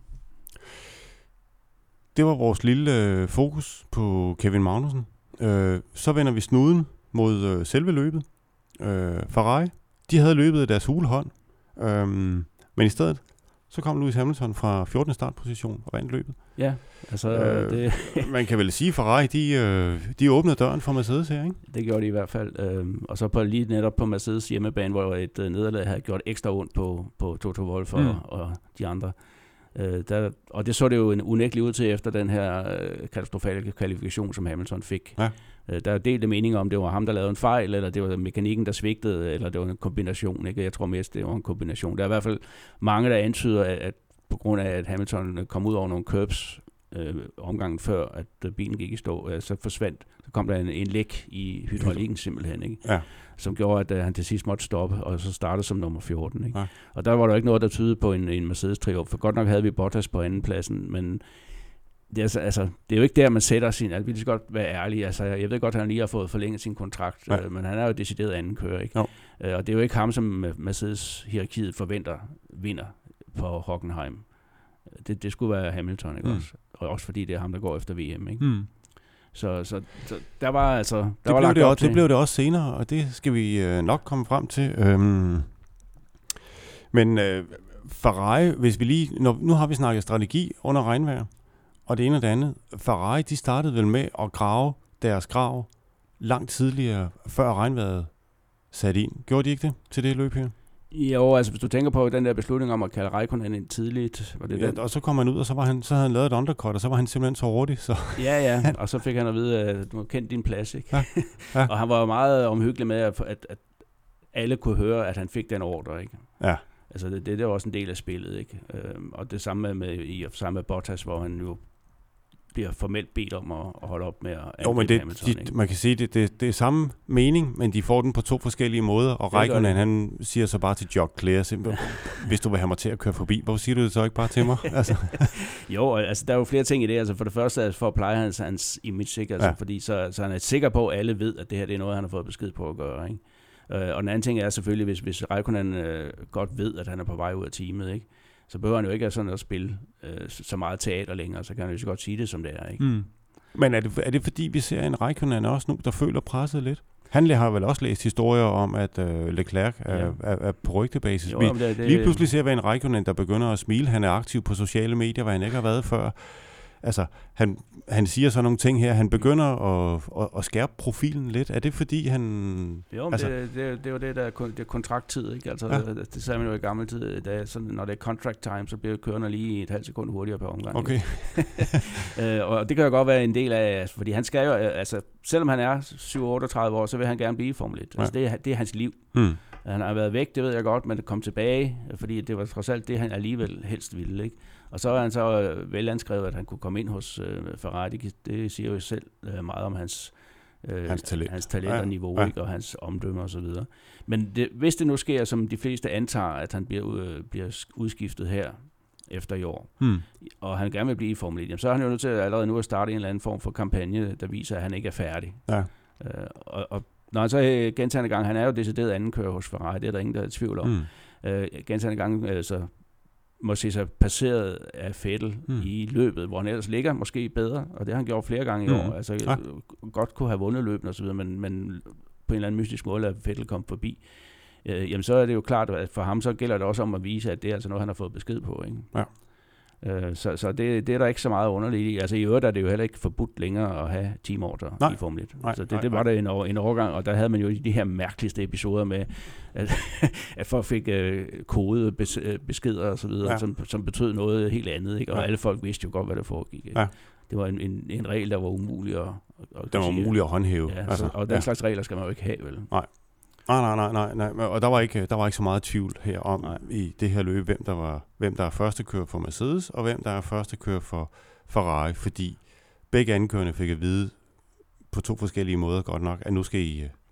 Det var vores lille øh, fokus på Kevin Magnussen. Øh, så vender vi snuden mod øh, selve løbet. Øh, Ferrari, de havde løbet deres hulehånd. Øh, men i stedet, så kom Lewis Hamilton fra fjortende startposition og vandt løbet. Ja, altså øh, det... man kan vel sige, at Ferrari, de, øh, de åbnede døren for Mercedes her, ikke? Det gjorde de i hvert fald. Øh, og så på, lige netop på Mercedes hjemmebane, hvor et øh, nederlag havde gjort ekstra ondt på, på Toto Wolff og, mm. og de andre. Øh, der, og det så det jo en unægtelig ud til efter den her øh, katastrofale kvalifikation, som Hamilton fik. Ja. Øh, der er delte meninger om, det var ham, der lavede en fejl, eller det var mekanikken, der svigtede, eller det var en kombination. Ikke? Jeg tror mest, det var en kombination. Der er i hvert fald mange, der antyder, at, at på grund af, at Hamilton kom ud over nogle curbs øh, omgangen før, at bilen gik i stå, øh, så forsvandt, så kom der en, en læk i hydraulikken simpelthen, ikke? Ja. Som gjorde, at uh, han til sidst måtte stoppe, og så startede som nummer fjorten. Ikke? Ja. Og der var der ikke noget, der tydede på en, en Mercedes-triumf, for godt nok havde vi Bottas på anden pladsen, men det er, altså, altså, det er jo ikke der, man sætter sin... Altså, vi skal godt være ærlige. Altså, jeg ved godt, at han lige har fået forlænget sin kontrakt, ja. øh, men han er jo decideret anden kører, ikke? Øh, og det er jo ikke ham, som Mercedes-hierarkiet forventer vinder på Hockenheim. Det, det skulle være Hamilton, ikke? Mm. Også? Og også fordi det er ham, der går efter V M, ikke? Mm. Så, så, så der var altså... Der det, var blev lagt det, op også, til. det blev det også senere, og det skal vi øh, nok komme frem til. Øhm, men øh, Ferrari, hvis vi lige... Når, nu har vi snakket strategi under regnvejr, og det ene og det andet. Ferrari, de startede vel med at grave deres grav langt tidligere, før regnvejret satte ind. Gjorde de ikke det til det løb her? Jo, altså hvis du tænker på den der beslutning om at kalde Raikkonen ind tidligt. Var det ja, den? Og så kom han ud, og så, var han, så havde han lavet et undercut, og så var han simpelthen så hurtig. Så. Ja, ja, og så fik han at vide, at du har kendt din plads, ikke? Ja. Ja. Og han var jo meget omhyggelig med, at, at, at alle kunne høre, at han fik den ordre, ikke? Ja. Altså det, det, det var også en del af spillet, ikke? Øhm, og det samme med, i samme med Bottas, hvor han jo bliver formelt bedt om at, at holde op med at angribe jo, men det, Hamilton. De, man kan sige, det, det, det er samme mening, men de får den på to forskellige måder, og Raikkonen, han siger så bare til Jock Claire, simpelthen, hvis du vil have mig til at køre forbi, hvorfor siger du det så ikke bare til mig? Altså. Jo, altså der er jo flere ting i det. Altså for det første er for at pleje hans, hans image, ikke? Altså, ja. Fordi så, så han er sikker på, at alle ved, at det her det er noget, han har fået besked på at gøre, ikke? Uh, og den anden ting er selvfølgelig, hvis, hvis Raikkonen uh, godt ved, at han er på vej ud af teamet, ikke? Så behøver han jo ikke sådan at spille uh, så meget teater længere, så kan han jo så godt sige det, som det er, ikke? Mm. Men er det, er det fordi, vi ser en Raikkonen også nu, der føler presset lidt? Han har vel også læst historier om, at uh, Leclerc er, ja. er, er på rygtebasis. Jo, vi, det, det, lige pludselig ser vi en Raikkonen, der begynder at smile. Han er aktiv på sociale medier, hvad han ikke har været før. Altså, han, han siger sådan nogle ting her. Han begynder at, at, at skærpe profilen lidt. Er det fordi, han... Jo, men altså, det, det, det er jo det, der er, det er kontrakttid, ikke? Altså, ja. Det sagde man jo i gammel tid. Da, sådan, når det er contract time, så bliver kørende lige et halvt sekund hurtigere per omgang. Okay. øh, og det kan jo godt være en del af... Altså, fordi han skal jo... Altså, selvom han er syv otteogtredive år, så vil han gerne blive i Formel et. Ja. Altså, det, er, det er hans liv. Mm. Han har været væk, det ved jeg godt, men det kom tilbage, fordi det var trods alt det, han alligevel helst ville, ikke? Og så er han så øh, velanskrevet, at han kunne komme ind hos øh, Ferrari. Det, det siger jo selv øh, meget om hans, øh, hans talent, hans talent ja, og niveau, ja. Ikke? Og hans omdømme og så videre. Men det, hvis det nu sker, som de fleste antager, at han bliver, øh, bliver udskiftet her efter i år, hmm. og han gerne vil blive i Formel et, så er han jo nødt til at allerede nu at starte en eller anden form for kampagne, der viser, at han ikke er færdig. Ja. Øh, og, og når han så øh, gentagne gang, han er jo decideret anden kører hos Ferrari, det er der ingen, der er i tvivl om. Hmm. Øh, gentagne gang, øh, så må se sig passeret af Vettel mm. i løbet, hvor han ellers ligger måske bedre, og det har han gjort flere gange i mm. år. Altså ja. Godt kunne have vundet løbet og så videre, men, men på en eller anden mystisk måde at Vettel kom forbi. Øh, jamen så er det jo klart, at for ham så gælder det også om at vise, at det er altså noget, han har fået besked på, ikke? Ja. Øh, så så det, det er der ikke så meget underligt i. Altså i øvrigt er det jo heller ikke forbudt længere at have teamordre i Formel et. Nej, så det, nej, det var det en, år, en overgang, og der havde man jo de her mærkeligste episoder med, at, at folk fik øh, kodede bes, beskeder og så videre, ja. som, som betød noget helt andet, ikke? Og ja. alle folk vidste jo godt, hvad der foregik. Ikke? Ja. Det var en, en, en regel, der var umulig at, at Det var umuligt at håndhæve. Ja, altså, og den ja. slags regler skal man jo ikke have, vel? Nej. Nej, nej, nej, nej, nej. Og der var ikke, der var ikke så meget tvivl her om nej. i det her løb, hvem der var, hvem der er første kører for Mercedes, og hvem der er første kører for Ferrari, fordi begge ankørende fik at vide på to forskellige måder godt nok, at nu skal I,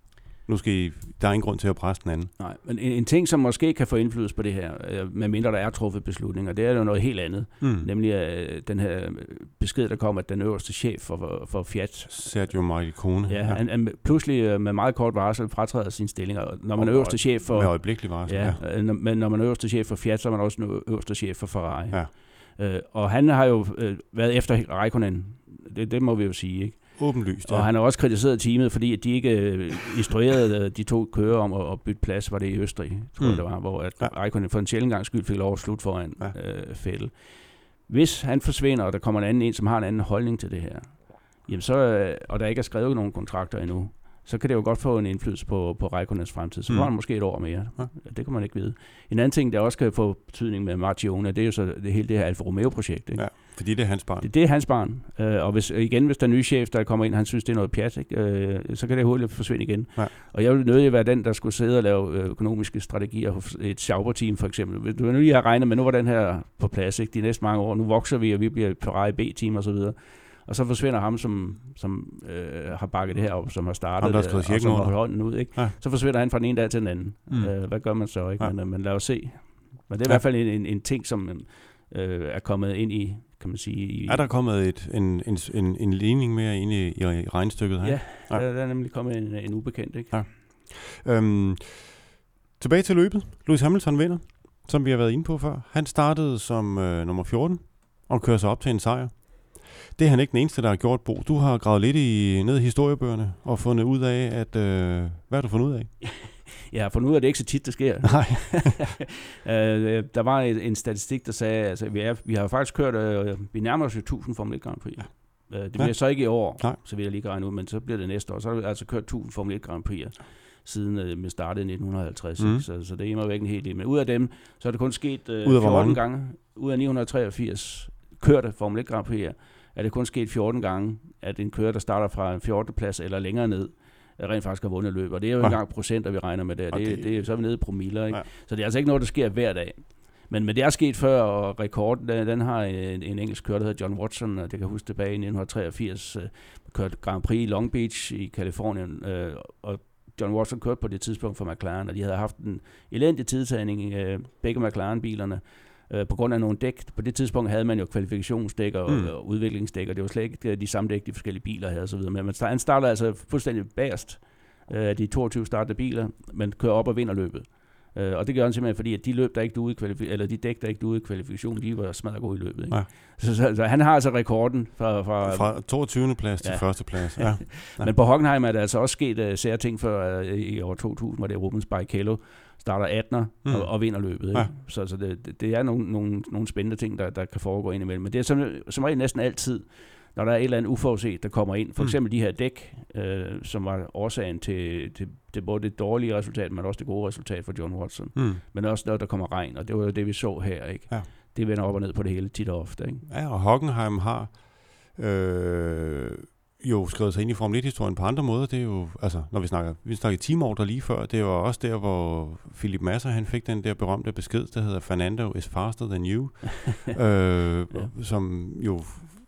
nu skal I, der er ingen grund til at presse den anden. Nej, men en, en ting, som måske kan få indflydelse på det her, øh, medmindre der er truffet beslutninger, det er jo noget helt andet. Mm. Nemlig øh, den her besked, der kom, at den øverste chef for, for Fiat, Sergio Marchionne, ja, ja. Han, han pludselig øh, med meget kort varsel fratræder sine stillinger. Når man er øverste chef for... Med øjeblikkelig varsel, ja. ja. Når, men når man er øverste chef for Fiat, så er man også øverste chef for Ferrari. Ja. Øh, og han har jo øh, været efter Raikkonen. Det, det må vi jo sige, ikke? Åbenlyst, ja. Og han har også kritiseret teamet, fordi at de ikke øh, instruerede de to kører om at, at bytte plads, var det i Østrig, tror jeg mm. det var, hvor at ja. Raikkonen for en sjældent gang skyld fik lov at slutte foran ja. øh, Vettel. Hvis han forsvinder, og der kommer en anden en, som har en anden holdning til det her, jamen så, øh, og der ikke er skrevet nogen kontrakter endnu, så kan det jo godt få en indflydelse på, på Raikkonens fremtid. Så får mm. han måske et år mere. Ja. Det kan man ikke vide. En anden ting, der også kan få betydning med Marchionne, det er jo så det hele det her Alfa Romeo-projekt. Ikke? Ja, fordi det er hans barn. Det, det er hans barn. Øh, og hvis, igen, hvis der er en ny chef, der kommer ind, han synes, det er noget pjat, ikke? Øh, så kan det hurtigt forsvinde igen. Ja. Og jeg vil nødig være den, der skulle sidde og lave økonomiske strategier hos et Sauber-team, for eksempel. Du vil nu lige have regnet med, nu var den her på plads, ikke? De næste mange år. Nu vokser vi, og vi bliver Ferrari B-team og så videre. Og så forsvinder ham, som, som øh, har bakket det her op, som har startet ham, det, og som har holdt hånden ud. Ikke? Ja. Så forsvinder han fra den ene dag til den anden. Mm. Øh, hvad gør man så? Ikke? Ja. Men, men lad os se. Men det er ja. i hvert fald en, en, en ting, som øh, er kommet ind i, kan man sige... I, er der kommet et, en, en, en, en ligning mere ind i, i regnstykket her? Ja, ja. Der, der er nemlig kommet en, en ubekendt. Ikke? Ja. Øhm, tilbage til løbet. Lewis Hamilton vinder, som vi har været ine på før. Han startede som øh, nummer fjorten og kører sig op til en sejr. Det er han ikke den eneste, der har gjort, Bo. Du har gravet lidt i, ned i historiebøgerne og fundet ud af, at... Øh, hvad har du fundet ud af? Jeg har fundet ud af, at det ikke så tit, det sker. Nej. øh, der var en, en statistik, der sagde, at altså, vi, er, vi har faktisk kørt... Øh, vi nærmer os jo tusind Formel et Grand Prix. Ja. Øh, det bliver ja. så ikke i år, Nej. så vil jeg lige regne ud, men så bliver det næste år. Så har vi altså kørt tusind Formel et Grand Prix siden øh, med startet i nitten halvtreds. Mm. Så, så det er immer væk en hel del. Men ud af dem, så er det kun sket øh, fjorten gange. Ud af ni hundrede treogfirs kørte Formel et Grand Prix, er det kun sket fjorten gange, at en kører, der starter fra en fjortende plads eller længere ned, rent faktisk har vundet løb. Og det er jo ja. engang procenter, vi regner med der. Det, det, det er så er vi nede i promiller, ikke? Ja. Så det er altså ikke noget, der sker hver dag. Men, men det er sket før, og rekorden, den, den har en, en engelsk kører, der hedder John Watson, og det kan huske tilbage i nitten treogfirs, øh, kørte Grand Prix i Long Beach i Kalifornien, øh, og John Watson kørte på det tidspunkt for McLaren, og de havde haft en elendig tidtagning, øh, begge McLaren-bilerne, øh, på grund af nogle dæk. På det tidspunkt havde man jo kvalifikationsdæk og, mm. og udviklingsdæk, og det var slet ikke de samme dæk, de forskellige biler havde osv. Men man han starter altså fuldstændig bagerst af øh, de toogtyve startede biler, men kører op og vinder løbet. Uh, og det gør han simpelthen, fordi at de løb, der ikke duede i kvalifik- eller de dæk, der ikke duede i kvalifikationen, de var smadret gode i løbet. Ikke? Ja. Så, så, så han har altså rekorden fra... Fra, fra toogtyvende plads ja. til første plads. Ja. Ja. Men på Hockenheim er der altså også sket uh, sære ting før uh, i år to tusind, hvor det er Rubens Barrichello starter attender mm. og, og vinder løbet. Ikke? Ja. Så, så det, det er nogle, nogle, nogle spændende ting, der, der kan foregå ind imellem. Men det er som, som regel næsten altid, når der er et eller andet uforudset, der kommer ind. For eksempel mm. de her dæk, øh, som var årsagen til, til, til både det dårlige resultat, men også det gode resultat for John Watson. Mm. Men også når der kommer regn, og det var jo det, vi så her. Ikke? Ja. Det vender op og ned på det hele tit og ofte. Ikke? Ja, og Hockenheim har øh, jo skrevet sig ind i Formel et-historien på andre måder. Det er jo, altså, når vi snakker, vi snakker teamorder lige før, det var også der, hvor Philip Massa, han fik den der berømte besked, der hedder Fernando is faster than you, øh, ja. som jo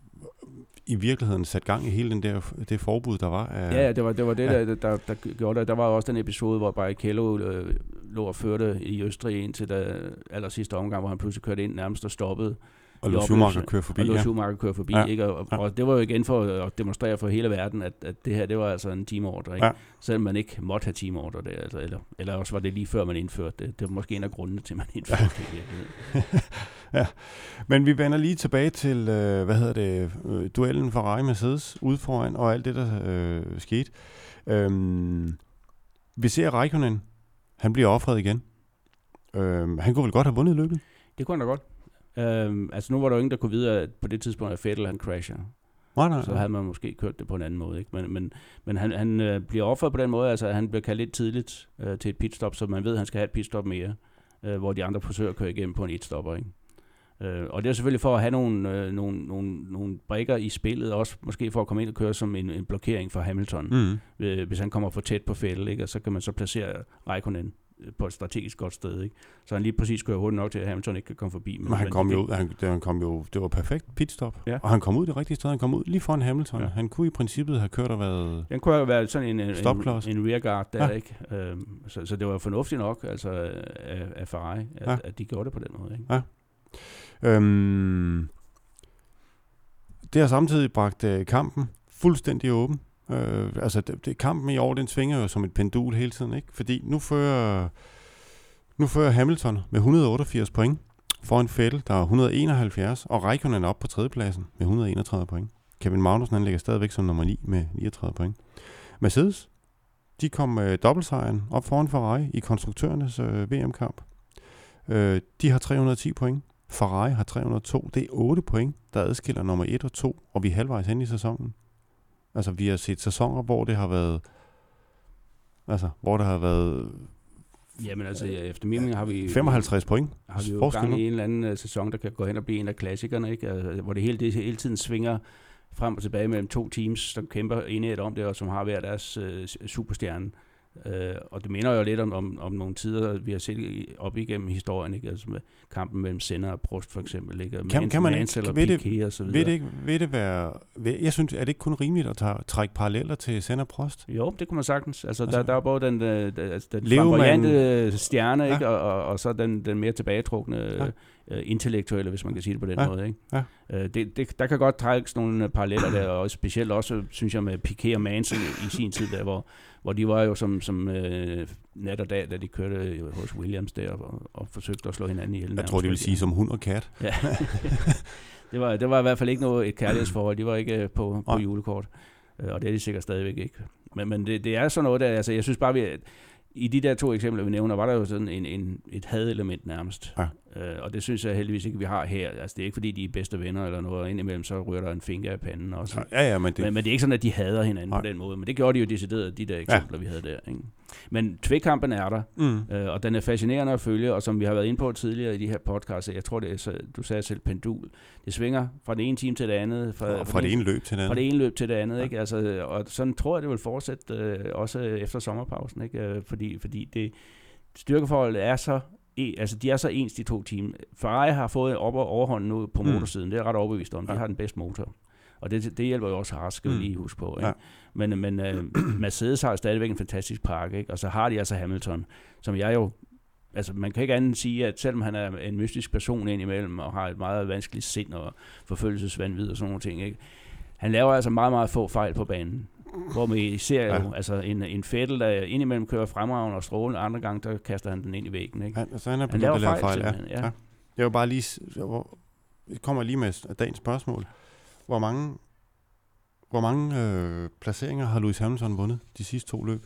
i virkeligheden sat gang i hele den der, det forbud, der var. Af, ja, det var det, var det ja. der, der, der gjorde det. Der var også den episode, hvor Barrichello øh, lå og førte i Østrig indtil der aller sidste omgang, hvor han pludselig kørte ind nærmest og stoppede. Og lå Schumacher køre forbi. Og lå Schumacher køre forbi. Ja. Ikke? Og, ja. og det var jo igen for at demonstrere for hele verden, at, at det her, det var altså en teamorder. Ikke? Ja. Selvom man ikke måtte have teamorder der. Altså, eller, eller også var det lige før man indførte det. Det var måske en af grundene til, at man indførte ja. det. Ja, men vi vender lige tilbage til, øh, hvad hedder det, øh, duellen Ferrari-Mercedes ude foran, og alt det, der øh, skete. Øhm, vi ser Raikkonen, han bliver offret igen. Øhm, han kunne vel godt have vundet løbet? Det kunne han da godt. Øhm, altså nu var der jo ingen, der kunne vide, at på det tidspunkt, at Vettel han crasher. Nej, nej, så havde man måske kørt det på en anden måde. Ikke? Men, men, men han, han øh, bliver offret på den måde, altså han bliver kaldt lidt tidligt øh, til et pitstop, så man ved, at han skal have et pitstop mere, øh, hvor de andre forsøger at køre igennem på en et-stopper. Ikke? Øh, og det er selvfølgelig for at have nogle, øh, nogle, nogle, nogle brikker i spillet, også måske for at komme ind og køre som en, en blokering for Hamilton, mm. øh, hvis han kommer for tæt på Vettel, ikke? Og så kan man så placere Raikkonen på et strategisk godt sted, ikke? Så han lige præcis kører hurtigt nok til, at Hamilton ikke kan komme forbi. Men, men han kom jo ud, han, han kom jo, det var perfekt pitstop, ja. Og han kom ud det rigtige sted, han kom ud lige foran Hamilton. Ja. Han kunne i princippet have kørt og været Han kunne have været sådan en, en, en, en rearguard der, ja. Ikke? Øhm, så, så det var fornuftigt nok, altså af, af Ferrari, at, ja. at de gjorde det på den måde, ikke? Ja. Øhm, det har samtidig bragt uh, kampen fuldstændig åben. Øh, altså, det, det, kampen i år, den svinger jo som et pendul hele tiden, ikke? Fordi nu fører, nu fører Hamilton med et hundrede og otteogfirs point foran Vettel, der er et hundrede og enoghalvfjerds, og Raikkonen er op på tredjepladsen med et hundrede og enogtredive point. Kevin Magnussen, han ligger stadigvæk som nummer ni med niogtredive point. Mercedes, de kom med dobbeltsejren op foran Ferrari i konstruktørernes øh, V M-kamp. Øh, de har tre hundrede og ti point. Ferrari har tre hundrede og to. Det er otte point, der adskiller nummer et og to, og vi er halvvejs hen i sæsonen. Altså, vi har set sæsoner, hvor det har været... Altså, hvor det har været... Jamen altså, efter min mening har vi... femoghalvtreds point. Har vi jo gang i en eller anden uh, sæson, der kan gå hen og blive en af klassikerne, ikke? Altså, hvor det hele, det hele tiden svinger frem og tilbage mellem to teams, som kæmper enighed om det, og som har hver deres uh, superstjerne. Uh, og det minder jo lidt om, om, om nogle tider, vi har set op igennem historien, ikke? Altså med kampen mellem Senna og Prost for eksempel, ikke? Kan, Man, kan man Mansell ikke, og Piquet og så videre. Vil det, ikke, vil det være, vil, jeg synes, er det ikke kun rimeligt at tage, trække paralleller til Senna og Prost? Jo, det kunne man sagtens. Altså, altså der, der er både den, den, den, den Levemand, flamboyante stjerne, ja. ikke? Og, og, og så den, den mere tilbagetrukne ja. uh, intellektuelle, hvis man kan sige det på den ja. måde, ikke? Ja. Uh, det, det, der kan godt trækkes nogle paralleller der, og specielt også, synes jeg, med Piquet og Mansell i sin tid, der, hvor hvor de var jo som, som øh, nat og dag, da de kørte hos Williams der, og, og forsøgte at slå hinanden ihjel. Jeg tror, de vil sige som hund og kat. Ja. det, var, det var i hvert fald ikke noget et kærlighedsforhold. De var ikke på, på julekort, og det er de sikkert stadigvæk ikke. Men, men det, det er sådan noget der, altså jeg synes bare, vi, i de der to eksempler, vi nævner, var der jo sådan en, en, et hadelement nærmest. Ja. Uh, og det synes jeg heldigvis ikke, vi har her. Altså, det er ikke, fordi de er bedste venner eller noget, og indimellem så rører der en finger af panden også. Ja, ja, men, det... Men, men det er ikke sådan, at de hader hinanden Nej. på den måde. Men det gjorde de jo decideret, de der eksempler, ja. vi havde der. Ikke? Men tvækkampen er der, mm. uh, og den er fascinerende at følge, og som vi har været inde på tidligere i de her podcasts, jeg tror, det er, så, du sagde selv pendul. Det svinger fra det ene team til det andet. Fra, fra, fra det ene løb til det andet. Fra det ene løb til det andet. Ja. Ikke? Altså, og sådan tror jeg, det vil fortsætte uh, også efter sommerpausen. Ikke? Uh, fordi, fordi det styrkeforholdet er så E, altså de er så ens, de to team. Ferrari har fået op- og overhånd nu på mm. motorsiden. Det er ret overbevist om. De ja. har den bedste motor. Og det, det hjælper jo også Haas, skal vi mm. lige huske på. Ikke? Ja. Men, men uh, Mercedes har stadigvæk en fantastisk pakke, ikke? Og så har de altså Hamilton, som jeg jo... Altså, man kan ikke andet sige, at selvom han er en mystisk person indimellem, og har et meget vanskeligt sind og forfølgelsesvanvid og sådan nogle ting, ikke? Han laver altså meget, meget få fejl på banen. Hvor vi ser jo, ja. altså en, en Vettel, der indimellem kører fremragende og strålende, andre gange, der kaster han den ind i væggen, ikke? Han, altså, han er begyndt at lave fejl, fejl ja. ja. Jeg vil bare lige... Jeg kommer lige med dagens spørgsmål. Hvor mange, hvor mange øh, placeringer har Lewis Hamilton vundet de sidste to løb?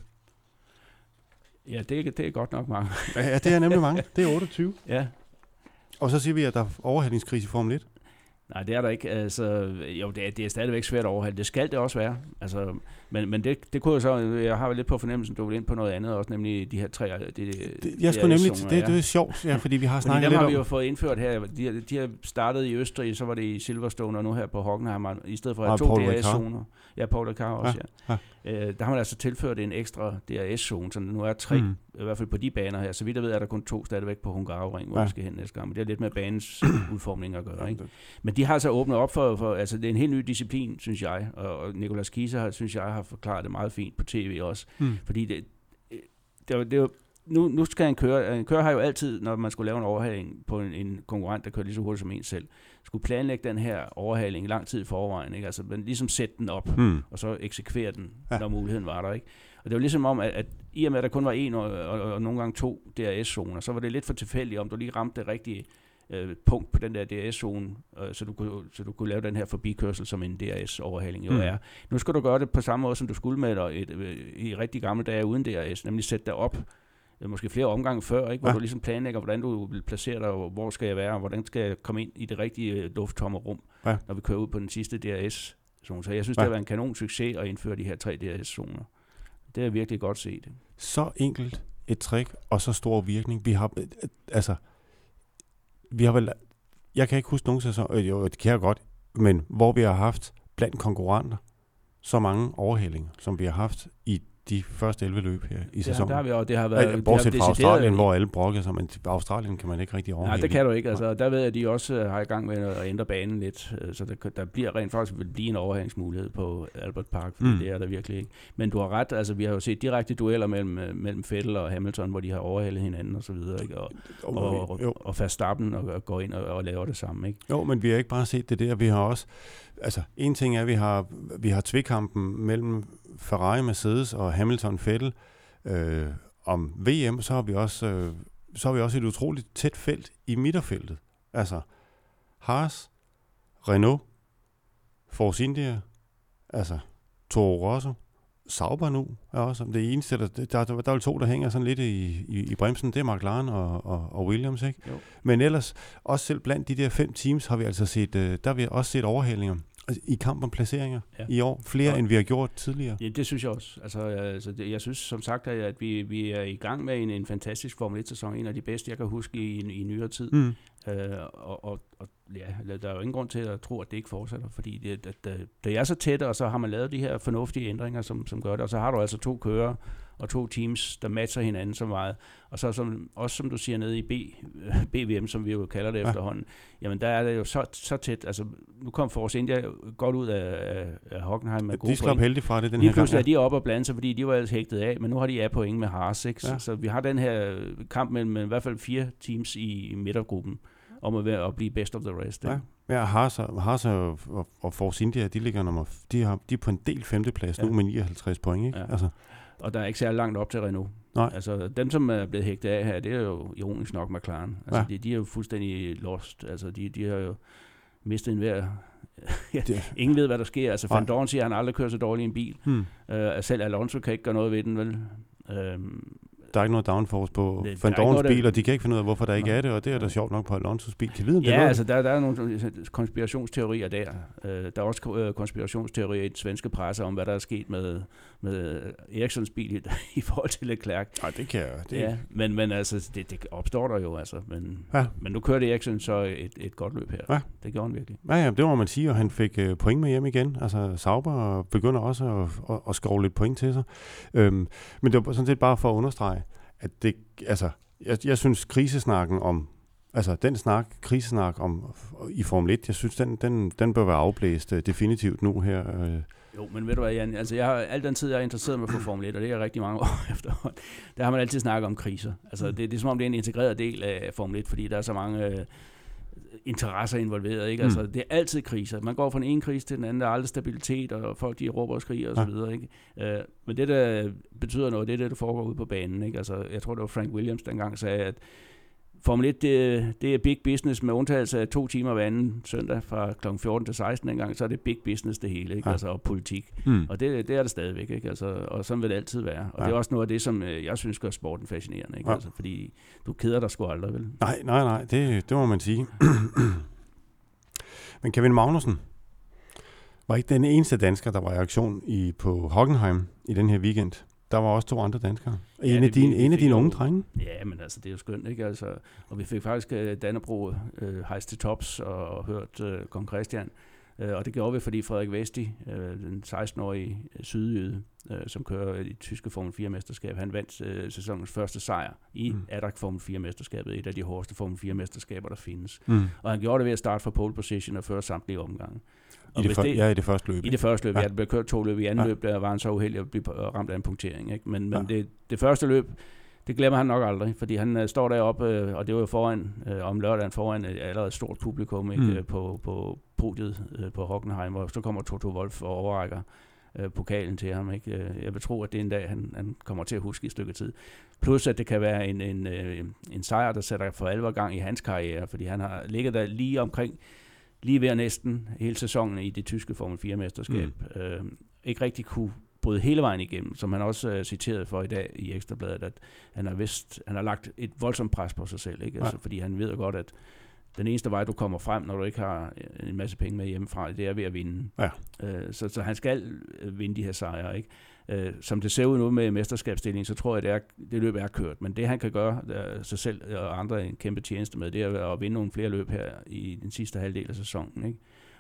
Ja, det er, det er godt nok mange. Ja, det er nemlig mange. Det er otteogtyve. Ja. Og så siger vi, at der er overhældningskrise i Formel et. Nej, det er der ikke. Altså, jo, det er, det er stadigvæk svært at overhalde. Det skal det også være. Altså, men men det, det kunne jo så... Jeg har jo lidt på fornemmelsen, du vil ind på noget andet også, nemlig de her tre... De, det, jeg skulle nemlig... Det, det, det er sjovt, ja, fordi vi har snakket lidt om... Dem har vi jo fået indført her. De, de har startet i Østrig, så var det i Silverstone, og nu her på Hockenheim, i stedet for at have to D R S-zoner. Ja, Paul Ricard også, ja. ja. ja. Øh, der har man altså tilført en ekstra D R S-zone, så nu er tre, mm. i hvert fald på de baner her. Så vidt jeg ved, er der kun to stadigvæk på Hungaroring, hvor ja. vi skal hen næste gang. Men det er lidt med banens udformning at gøre, ikke? Men de har altså åbnet op for, for... Altså, det er en helt ny disciplin, synes jeg. Og, og Nicolas Kieser har, synes jeg, har forklaret det meget fint på tv også. Mm. Fordi det... det, det nu, nu skal en køre... En kører har jo altid, når man skulle lave en overhaling på en, en konkurrent, der kører lige så hurtigt som en selv, skulle planlægge den her overhaling lang tid i forvejen, ikke? Altså, men ligesom sætte den op, mm. og så eksekvere den, ja. når muligheden var der, ikke? Og det var ligesom om, at, at i og med, at der kun var en og, og, og nogle gange to D R S-zoner, så var det lidt for tilfældigt, om du lige ramte det rigtige øh, punkt på den der D R S-zone, øh, så, du kunne, så du kunne lave den her forbikørsel, som en D R S-overhaling jo mm. er. Nu skal du gøre det på samme måde, som du skulle med dig et, et, i rigtig gamle dage uden D R S, nemlig sætte dig op, måske flere omgange før, ikke? Hvor ja. du ligesom planlægger, hvordan du vil placere dig, og hvor skal jeg være, og hvordan skal jeg komme ind i det rigtige lufttomme rum, ja. når vi kører ud på den sidste D R S-zone. Så jeg synes, ja. det har været en kanon succes at indføre de her tre D R S-zoner. Det er virkelig godt set. Så enkelt et trick, og så stor virkning. Vi har, altså, vi har vel, jeg kan ikke huske nogen sæson, øh, jo, det kan jeg godt, men hvor vi har haft blandt konkurrenter så mange overhældinger, som vi har haft i de første elleve løb her i sæsonen. Ja, der har vi, og det har været... Ja, bortset det fra Australien, hvor alle brokker sig, men Australien kan man ikke rigtig overhælde. Nej, det kan du ikke. Altså, der ved jeg, at de også har i gang med at ændre banen lidt, så der, der bliver rent faktisk vil blive en overhalingsmulighed på Albert Park, fordi mm. det er der virkelig ikke. Men du har ret, altså vi har jo set direkte dueller mellem, mellem Vettel og Hamilton, hvor de har overhalet hinanden og så videre, ikke? Og, og, og, og Verstappen og, og går ind og, og laver det samme, ikke? Jo, men vi har ikke bare set det der, vi har også... Altså, en ting er, at vi har, vi har tvekampen mellem Ferrari, Mercedes og Hamilton Vettel øh, om V M, så har vi også øh, så har vi også et utroligt tæt felt i midterfeltet. Altså Haas, Renault, Force India, altså Toro Rosso, Sauber nu er også det eneste, der, der, der, der er to, der hænger sådan lidt i, i, i bremsen, det er McLaren og, og, og Williams, ikke? Jo. Men ellers, også selv blandt de der fem teams, har vi altså set, der har vi også set overhalinger i kamp om placeringer ja. i år. Flere, ja. end vi har gjort tidligere. Ja, det synes jeg også. Altså, altså det, jeg synes som sagt, at vi, vi er i gang med en, en fantastisk Formel et-sæson. En af de bedste, jeg kan huske i, i nyere tid. Mm. Øh, og, og, og ja, der er jo ingen grund til at tro, at det ikke fortsætter, fordi det, det, det, det er så tæt, og så har man lavet de her fornuftige ændringer, som, som gør det. Og så har du altså to kører og to teams, der matcher hinanden så meget. Og så som, også som du siger, nede i B, B V M, som vi jo kalder det ja. efterhånden, jamen der er det jo så, så tæt. Altså, nu kom Force India godt ud af, af, af Hockenheim med gode point. De slap heldigt fra det den Lige her gang. pludselig er de oppe og blande sig, fordi de var ellers hægtet af, men nu har de af point med Haas, ikke? Ja. Så, så vi har den her kamp mellem med i hvert fald fire teams i midtergruppen, om at, være, at blive best of the rest. Ja, ja Haas, Haas og, og, og Force India, de ligger nummer, de har de er på en del femteplads ja. nu med nioghalvtreds point, ikke? Ja. Altså. Og der er ikke særlig langt op til Renault. Nej. Altså dem, som er blevet hægtet af her, det er jo ironisk nok McLaren. Altså ja. de, de er jo fuldstændig lost. Altså de, de har jo mistet en hver... ja, ingen ved, hvad der sker. Altså Van Dorn siger, at han aldrig kører så dårligt i en bil. Hmm. Uh, selv Alonso kan ikke gøre noget ved den, vel? Um, Der er ikke noget downforce på Van Dorns bil, og de kan ikke finde ud af, hvorfor der ikke er det, og det er da sjovt nok på Alonsos bil. Kan vide, ja, det er altså der, der er nogle konspirationsteorier der. Uh, der er også konspirationsteorier i den svenske presse om, hvad der er sket med, med Ericssons bil i, i forhold til Leclerc. Nej, det kan jeg. Det ja, men, men altså, det, det opstår der jo, altså. Men, ja. men nu kørte Ericsson så et, et godt løb her. Ja. Det gjorde han virkelig. Ja, ja, det må man sige, og han fik uh, point med hjem igen. Altså, Sauber begynder også at, at, at skrove lidt point til sig. Øhm, men det var sådan set bare for at understrege, at det, altså, jeg, jeg synes krisesnakken om, altså den snak, krisesnak om i Formel et, jeg synes, den, den, den bør være afblæst uh, definitivt nu her. Uh. Jo, men ved du hvad, Jan, altså jeg har al den tid, jeg er interesseret mig for Formel et, og det er rigtig mange år efterhånden, der har man altid snakket om kriser. Altså det, det er som om, det er en integreret del af Formel et, fordi der er så mange uh, interesser involveret, ikke? Altså, mm. det er altid kriser. Man går fra en ene krise til den anden, der er aldrig stabilitet, og folk de råber og skriger og så videre, ikke? Uh, men det, der betyder noget, det er det, der foregår ude på banen, ikke? Altså, jeg tror, det var Frank Williams, der engang sagde, at Formel et, det, det er big business med undtagelse af to timer hver anden søndag fra klokken fjorten til seksten engang, så er det big business det hele, ikke? Ja. Altså, og politik. Mm. Og det, det er det stadigvæk, ikke? Altså, og sådan vil det altid være. Og ja. det er også noget af det, som jeg synes gør sporten fascinerende, ikke? Ja. Altså, fordi du keder dig sgu aldrig, vel? Nej, nej, nej, det, det må man sige. Men Kevin Magnussen var ikke den eneste dansker, der var i aktion i, på Hockenheim i den her weekend. Der var også to andre danskere. Ja, en af dine, en af dine unge drenge. Ja, men altså, det er jo skønt, ikke? Altså, og vi fik faktisk uh, Dannebrog uh, hejst til tops og, og hørt uh, Kong Christian. Uh, og det gjorde vi, fordi Frederik Vesti, uh, den seksten-årige sydjyde, uh, som kører i tyske Formel fire-mesterskab, han vandt uh, sæsonens første sejr i mm. A D A C Formel fire-mesterskabet, et af de hårdeste Formel fire-mesterskaber, der findes. Mm. Og han gjorde det ved at starte fra pole position og føre samtlige omgange. I det, for, det, ja, i det første løb. I det første løb, ja. ja. Der blev kørt to løb. I anden ja. løb, der var han så uheldig at blive ramt af en punktering. Ikke? Men, men ja. det, det første løb, det glemmer han nok aldrig, fordi han uh, står deroppe, uh, og det var jo foran, uh, om lørdagen foran et allerede stort publikum, ikke? Mm. Uh, på, på podiet uh, på Hockenheim, og så kommer Toto Wolff og overrækker uh, pokalen til ham. Ikke? Uh, jeg vil tro, at det er en dag, han, han kommer til at huske i et stykke tid. Plus, at det kan være en, en, uh, en sejr, der sætter for alvor gang i hans karriere, fordi han har ligget der lige omkring lige ved næsten hele sæsonen i det tyske Formel fire-mesterskab. Mm. Øh, ikke rigtig kunne bryde hele vejen igennem, som han også uh, citerede for i dag i Ekstrabladet, at han har, vist, han har lagt et voldsomt pres på sig selv, ikke? Altså, fordi han ved godt, at den eneste vej, du kommer frem, når du ikke har en masse penge med hjemmefra, det er ved at vinde. Ja. Øh, så, så han skal vinde de her sejre, ikke? Øh, som det ser ud nu med mesterskabsstillingen, så tror jeg, det, er, det løb er kørt. Men det, han kan gøre der, sig selv og andre en kæmpe tjeneste med, det er at vinde nogle flere løb her i den sidste halvdel af sæsonen, ikke?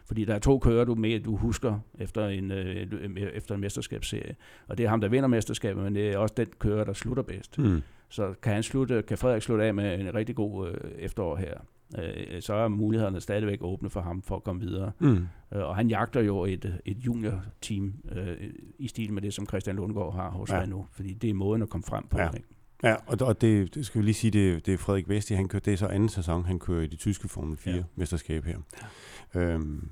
Fordi der er to kører, du med, du husker efter en, øh, efter en mesterskabsserie. Og det er ham, der vinder mesterskabet, men det er også den kører, der slutter bedst. Mm. Så kan, han slutte, kan Frederik slutte af med en rigtig god øh, efterår her. Øh, så er mulighederne stadigvæk åbne for ham for at komme videre. Mm. Øh, og han jagter jo et, et junior-team øh, i stil med det, som Christian Lundgaard har hos ja. Renault. Fordi det er måden at komme frem på. Ja. Ja, og, og det, det skal vi lige sige, det, det er Frederik Vesti, han kører, det er så anden sæson, han kører i det tyske Formel fire ja. mesterskab her. Ja. Øhm,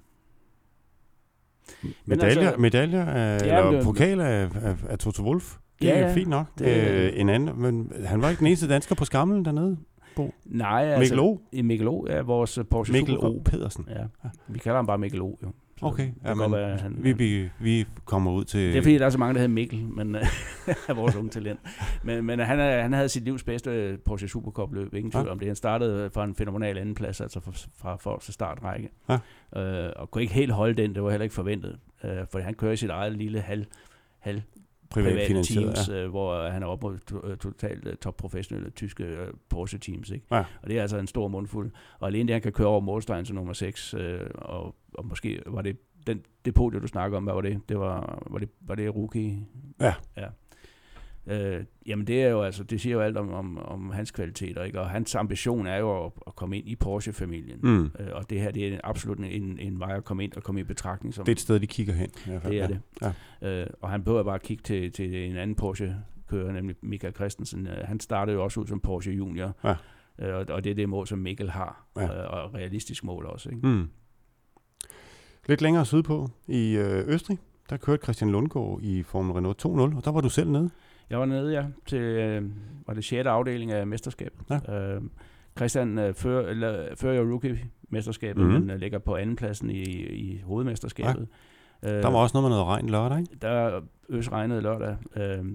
medaljer, altså, medaljer af, ja, eller det, pokal af, af, af Toto Wolff, det ja, er fint nok. Det, øh, en anden, men han var ikke den eneste dansker på skamlen dernede. Bo. Nej, altså Mikkel O. Mikkel O er vores Porsche Mikkel O. Pedersen. Ja. ja, vi kalder ham bare Mikkel O, jo. Så okay, ja, men være, han, vi, vi, vi kommer ud til... Det er fordi, der er så mange, der hedder Mikkel, men er vores unge talent. Men, men han, er, han havde sit livs bedste Porsche Supercup-løb, ingen tvivl ja. om det. Han startede fra en fænomenal andenplads, altså fra, fra forreste startrække. Ja. Øh, og kunne ikke helt holde den, det var heller ikke forventet. Øh, for han kører i sit eget lille halv, halv private teams, ja. øh, hvor han er op mod to, totalt uh, topprofessionelle tyske uh, Porsche-teams. Ikke? Ja. Og det er altså en stor mundfuld. Og alene det, han kan køre over målstregen til nummer seks, øh, og, og måske var det den, det podium, du snakker om, hvad var det? Det var, var det, var det rookie? Ja. ja. Øh, jamen det er jo altså, det siger jo alt om, om, om hans kvaliteter, ikke? Og hans ambition er jo at, at komme ind i Porsche-familien. Mm. Øh, og det her, det er absolut en, en vej at komme ind og komme i betragtning. Som, det er et sted, de kigger hen. I hvert fald. Det er ja. det. Ja. Øh, og han behøver bare at kigge til, til en anden Porsche-kører, nemlig Michael Christensen. Øh, han startede jo også ud som Porsche Junior. Ja. Øh, og, og det er det mål, som Mikkel har. Ja. Øh, og realistisk mål også. Ikke? Mm. Lidt længere sydpå i øh, Østrig, der kørte Christian Lundgaard i Formel Renault to nul, og der var du selv nede. Jeg var nede, ja, til øh, var det sjette afdeling af mesterskabet. Ja. Øh, Christian øh, fører, eller, fører jo rookie-mesterskabet, mm-hmm. men øh, ligger på andenpladsen i, i hovedmesterskabet. Ja. Øh, der var også noget med noget regn lørdag, ikke? Der øs regnede lørdag. Øh,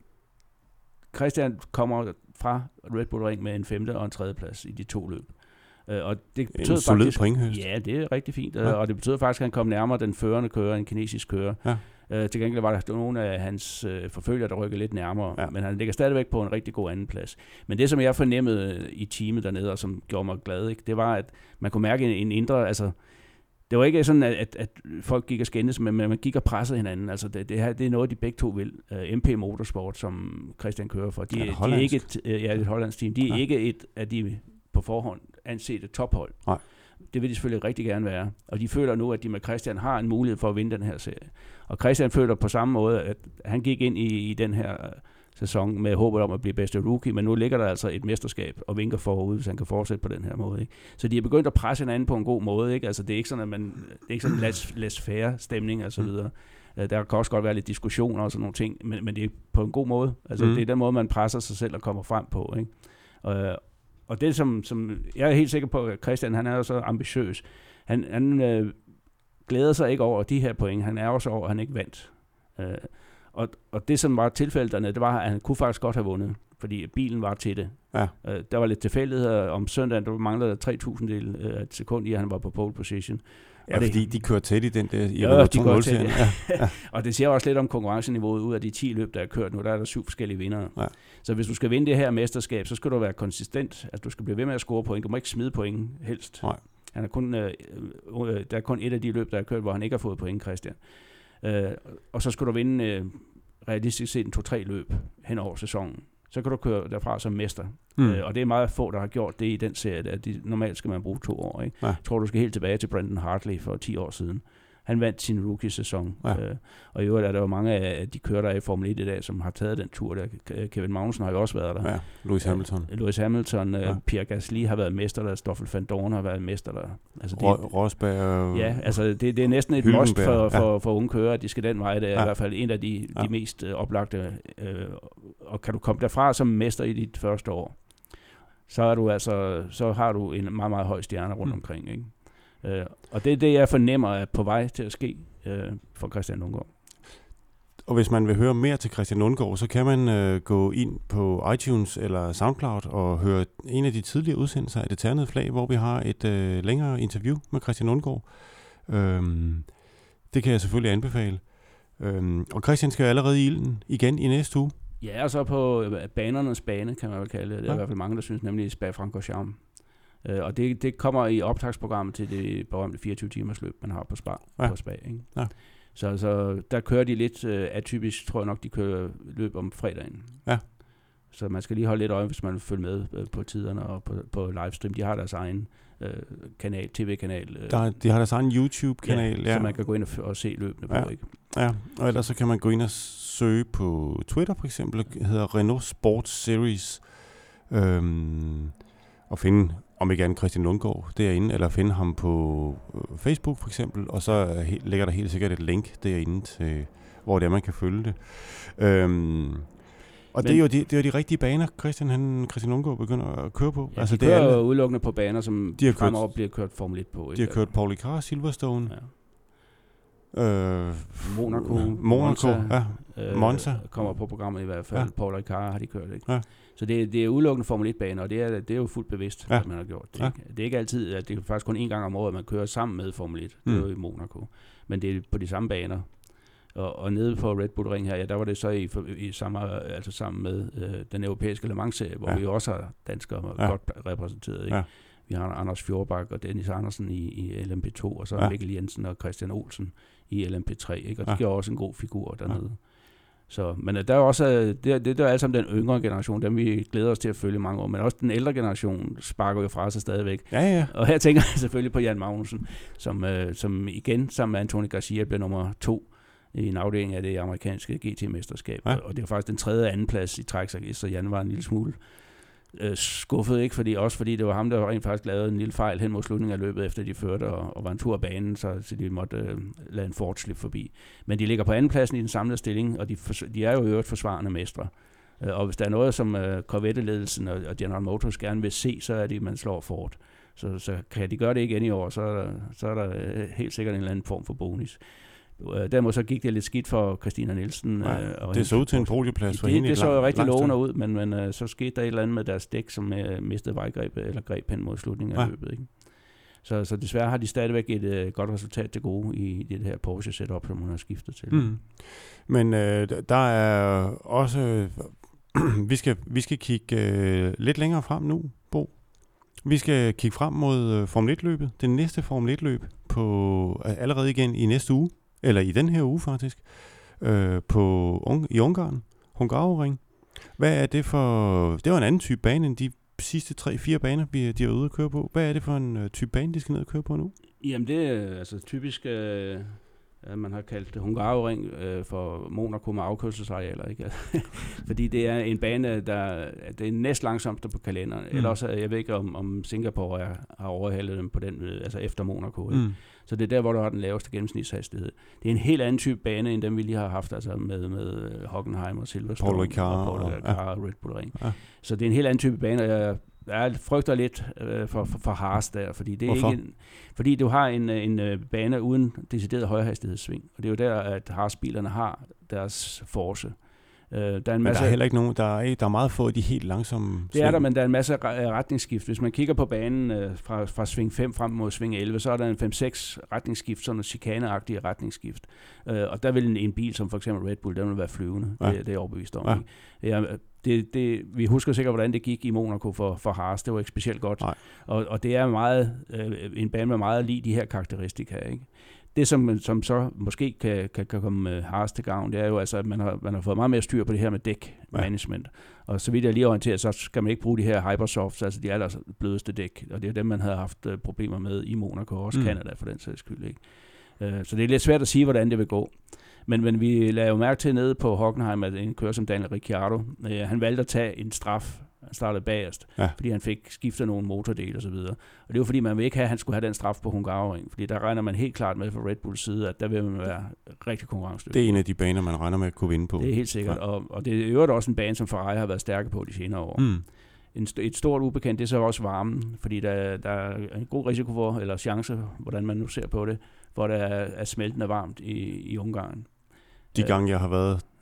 Christian kommer fra Red Bull Ring med en femte og en tredje plads i de to løb. Øh, og det en solid pointhøst. Ja, det er rigtig fint. Ja. Og det betyder faktisk, at han kom nærmere den førende kører, en kinesisk kører. Ja. Uh, til gengæld var der nogle af hans uh, forfølgere, der rykkede lidt nærmere, ja. men han ligger stadigvæk på en rigtig god anden plads. Men det, som jeg fornemmede i teamet dernede, og som gjorde mig glad, ikke, det var, at man kunne mærke en, en indre... Altså, det var ikke sådan, at, at, at folk gik og skændes, men man gik og pressede hinanden. Altså, det, det, her, det er noget, de begge to vil. Uh, M P Motorsport, som Christian kører for, de, ja, de er ikke et, uh, ja, et hollandsk team. De er ja. ikke et af de på forhånd ansete tophold. Nej. Det vil de selvfølgelig rigtig gerne være. Og de føler nu, at de med Christian har en mulighed for at vinde den her serie. Og Christian føler på samme måde, at han gik ind i, i den her sæson med håbet om at blive bedste rookie, men nu ligger der altså et mesterskab og vinker forud, hvis han kan fortsætte på den her måde. Ikke? Så de er begyndt at presse hinanden på en god måde. Ikke? Altså, det er ikke sådan, at man, det er ikke sådan en laissez-faire stemning og så videre. Der kan også godt være lidt diskussioner og sådan nogle ting, men, men det er på en god måde. Altså, mm. det er den måde, man presser sig selv og kommer frem på. Ikke? Og, Og det, som, som jeg er helt sikker på, at Christian, han er jo så ambitiøs. Han, han øh, glæder sig ikke over de her point. Han er også over, at han ikke vandt. Øh, og, og det, som var tilfældet dernede, det var, at han kunne faktisk godt have vundet, fordi bilen var til det. Ja. Øh, der var lidt tilfældigheder om søndagen, der manglede tre tusindedel af et sekund i, at han var på pole position. Ja, det, fordi de kører tæt i den der i ja, de kører tæt, ja. Ja. Og det siger også lidt om konkurrenceniveauet. Ud af de ti løb, der er kørt nu, der er der syv forskellige vindere. Ja. Så hvis du skal vinde det her mesterskab, så skal du være konsistent. Altså, du skal blive ved med at score point. Du må ikke smide point helst. Nej. Han er kun, øh, øh, der er kun et af de løb, der er kørt, hvor han ikke har fået point, Christian. Øh, og så skal du vinde øh, realistisk set en to-tre løb hen over sæsonen. Så kan du køre derfra som mester. Mm. Øh, og det er meget få, der har gjort det i den serie. At de, normalt skal man bruge to år. Ikke? Ja. Jeg tror, du skal helt tilbage til Brendan Hartley for ti år siden. Han vandt sin rookie-sæson. Ja. Øh, og i øvrigt er der jo mange af de kører, der er i Formel et i dag, som har taget den tur. Der. Kevin Magnussen har jo også været der. Ja, Lewis Hamilton. Øh, Lewis Hamilton. Ja. Øh, Pierre Gasly har været mester der. Stoffel van Dorn har været mester der. Altså, det, Rosberg. Ja, altså det, det er næsten et must for, for, ja. for unge kører, at de skal den vej. Det er ja. i hvert fald en af de, ja. de mest øh, oplagte. Øh, og kan du komme derfra som mester i dit første år, så, er du altså, så har du en meget, meget høj stjerne rundt mm. omkring. Ikke? Uh, og det er det, jeg fornemmer er på vej til at ske uh, for Christian Lundgaard. Og hvis man vil høre mere til Christian Lundgaard, så kan man uh, gå ind på iTunes eller SoundCloud og høre en af de tidligere udsendelser af Det Ternede Flag, hvor vi har et uh, længere interview med Christian Lundgaard. Um, det kan jeg selvfølgelig anbefale. Um, og Christian skal jo allerede i ilden igen i næste uge. Ja, og så på banernes bane, kan man vel kalde det. Det er ja. i hvert fald mange, der synes, nemlig Spa-Francorchamps. Øh, og det, det kommer i optagsprogrammet til det berømte fireogtyve timers løb, man har på Spa. Ja. På Spa, ikke? Ja. Så, så der kører de lidt øh, atypisk, tror jeg nok, de kører løb om fredagen. Ja. Så man skal lige holde lidt øje, hvis man vil følge med øh, på tiderne og på, på livestream. De har deres egen øh, kanal, tv-kanal. Øh, Der, de har deres egen YouTube-kanal, ja, ja. Så man kan gå ind og, og se løbende ja. på, ikke? Ja, og ellers så kan man gå ind og søge på Twitter for eksempel, det hedder Renault Sports Series, øhm, og finde, om ikke andet, Christian Lundgaard derinde, eller finde ham på øh, Facebook for eksempel, og så he- ligger der helt sikkert et link derinde til, hvor det er, man kan følge det. Øhm, og Men, det er jo de, det er de rigtige baner, Christian, han, Christian Lundgaard begynder at køre på. Ja, altså, de kører det er udelukkende på baner, som de fremover bliver kørt Formel et på. De har kørt Paul Ricard, Silverstone, ja. Øh, Monaco, Monaco, Monza, ja, øh, Monza kommer på programmet i hvert fald. Ja. Paul Ricard har de kørt, ikke? Ja. Så det, det er udelukkende Formel et-baner, og det er, det er jo fuldt bevidst, ja. at man har gjort det. Ja. Ikke? Det er ikke altid, at det er faktisk kun en gang om året, man kører sammen med Formel et. Mm. Det er jo i Monaco. Men det er på de samme baner. Og, og nede på Red Bull Ring her, ja, der var det så i, i samme, altså sammen med øh, den europæiske Le Mans-serie, hvor ja. vi også har danskere ja. godt repræsenteret. Ikke? Ja. Vi har Anders Fjordbak og Dennis Andersen i, i L M P to, og så ja. Mikkel Jensen og Christian Olsen i L M P tre, ikke? Og de ja. gjorde også en god figur dernede. Ja. Så, men der er også, det, det er alle sammen den yngre generation, dem vi glæder os til at følge mange år, men også den ældre generation sparker jo fra sig stadigvæk. Ja, ja. Og her tænker jeg selvfølgelig på Jan Magnussen, som, øh, som igen sammen med Anthony Garcia blev nummer to i en afdeling af det amerikanske G T-mesterskab. Ja. Og det var faktisk den tredje anden plads i træk, så Jan var en lille smule øh, skuffet, ikke? Fordi, også fordi det var ham, der rent faktisk lavede en lille fejl hen mod slutningen af løbet, efter de førte og, og var en tur af banen, så, så de måtte øh, lade en Ford slippe forbi. Men de ligger på andenpladsen i den samlede stilling, og de, de er jo i øvrigt forsvarende mestre. Øh, og hvis der er noget, som øh, Corvette-ledelsen og, og General Motors gerne vil se, så er det, at man slår Ford. Så, så kan de gøre det igen i år, så er der, så er der øh, helt sikkert en eller anden form for bonus. Dermed så gik det lidt skidt for Christina Nielsen. Ja, øh, og det så ud til en podieplads for det, hende. Det så jo rigtig lovende ud, men, men uh, så skete der et eller andet med deres dæk, som uh, mistede vejgreb eller greb hen mod slutningen af ja. løbet. Ikke? Så, så desværre har de stadigvæk et uh, godt resultat til gode i det her Porsche setup, som hun har skiftet til. Mm. Men øh, der er også... vi, skal, vi skal kigge øh, lidt længere frem nu, Bo. Vi skal kigge frem mod øh, Formel et-løbet. Det næste Formel et-løb på øh, allerede igen i næste uge. Eller i den her uge faktisk, øh, på, i Ungarn, Hungaroring. Hvad er det for... Det var en anden type bane end de sidste tre-fire baner, vi, de er ude at køre på. Hvad er det for en uh, type bane, de skal ned og køre på nu? Jamen det er altså typisk... Øh man har kaldt det Hungaroring øh, for Monaco med afkørselsarealer, ikke? Fordi det er en bane, der det er næst langsomste på kalenderen. Mm. Ellers, jeg ved ikke, om, om Singapore er, har overhalet dem på den, altså efter Monaco. Ikke? Mm. Så det er der, hvor der har den laveste gennemsnitshastighed. Det er en helt anden type bane, end dem vi lige har haft, altså med, med Hockenheim og Silverstone. Paul Ricard og Paul Ricard ja. og Red Bull Ring. Ja. Så det er en helt anden type bane, og jeg Jeg frygter lidt øh, for, for, for Haas der, fordi det er Hvorfor? ikke en, fordi du har en, en, en bane uden decideret højhastighedssving, og det er jo der, at Haas-bilerne har deres force. Øh, der er en men masse, der er heller ikke nogen, der er, der er meget få af de helt langsomme det sving. er der, men der er en masse retningsskift. Hvis man kigger på banen øh, fra, fra sving fem frem mod sving elleve, så er der en fem seks retningsskift, sådan en chikaneagtige retningsskift. Øh, og der vil en, en bil som for eksempel Red Bull, den vil være flyvende. Ja. Det, det er jeg overbevist om. Ja. Ja, det, det, vi husker sikkert, hvordan det gik i Monaco for, for Haas. Det var ikke specielt godt. Og, og det er meget, øh, en bane med meget lige de her karakteristika, ikke? Det, som, som så måske kan, kan, kan komme Haas til gavn, det er jo altså, at man har, man har fået meget mere styr på det her med dæk-management. Ja. Og så vidt jeg lige orienterer, så skal man ikke bruge de her Hypersofts, altså de aller blødeste dæk. Og det er dem, man havde haft problemer med i Monaco, og også mm. Canada for den sags skyld. Ikke? Så det er lidt svært at sige, hvordan det vil gå. Men, men vi lader jo mærke til nede på Hockenheim, at en kører som Daniel Ricciardo, øh, han valgte at tage en straf. Han startede bagerst, ja. fordi han fik skiftet nogle motordele og så videre. Og det var fordi, man vil ikke have, at han skulle have den straf på Hungaroring. Fordi der regner man helt klart med fra Red Bulls side, at der vil man være rigtig konkurrencedygtig. Det er en af de baner, man regner med at kunne vinde på. Det er helt sikkert. Ja. Og, og det er i øvrigt også en bane, som Ferrari har været stærke på de senere år. Mm. En, et stort ubekendt, det er så også varmen, fordi der, der er en god risiko for, eller chance, hvordan man nu ser på det, hvor der er, er smeltende varmt i, i Ungarn. De gange, jeg har været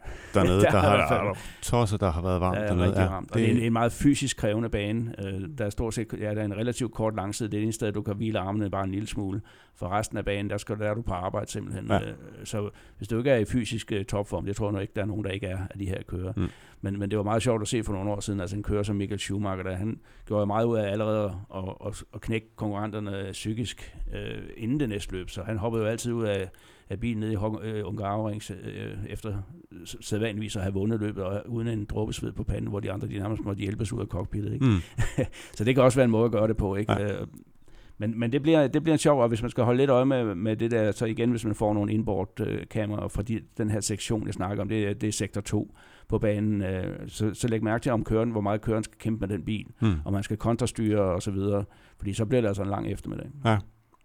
dernede. der, der har der der tosset, der har været varmt der er dernede. Ja, det, det er en, en meget fysisk krævende bane. Der er stort set ja, der er en relativt kort langside. Det er et sted, du kan hvile armene bare en lille smule. For resten af banen, der skal der er du på arbejde simpelthen. Ja. Så hvis du ikke er i fysisk topform, det tror jeg nok ikke, der er nogen, der ikke er af de her kører. Mm. Men, men det var meget sjovt at se for nogle år siden, altså en kører som Michael Schumacher, der han gjorde meget ud af allerede at, at, at knække konkurrenterne psykisk øh, inden det næste løb. Så han hoppede jo altid ud af, af bilen ned i øh, Hungaroring øh, efter sædvanligvis at have vundet løbet, og uden en dråbesved på panden, hvor de andre de nærmest måtte hjælpes ud af cockpittet. Ikke? Mm. Så det kan også være en måde at gøre det på. Ikke? Ja. Men, men det bliver det bliver sjovt, og hvis man skal holde lidt øje med, med det der, så igen, hvis man får nogle inboard-kameraer fra de, den her sektion, jeg snakker om, det, det er sektor to på banen, øh, så, så læg mærke til om køren, hvor meget køren skal kæmpe med den bil, mm. og man skal kontrastyre og så videre, fordi så bliver det altså en lang eftermiddag. Ja.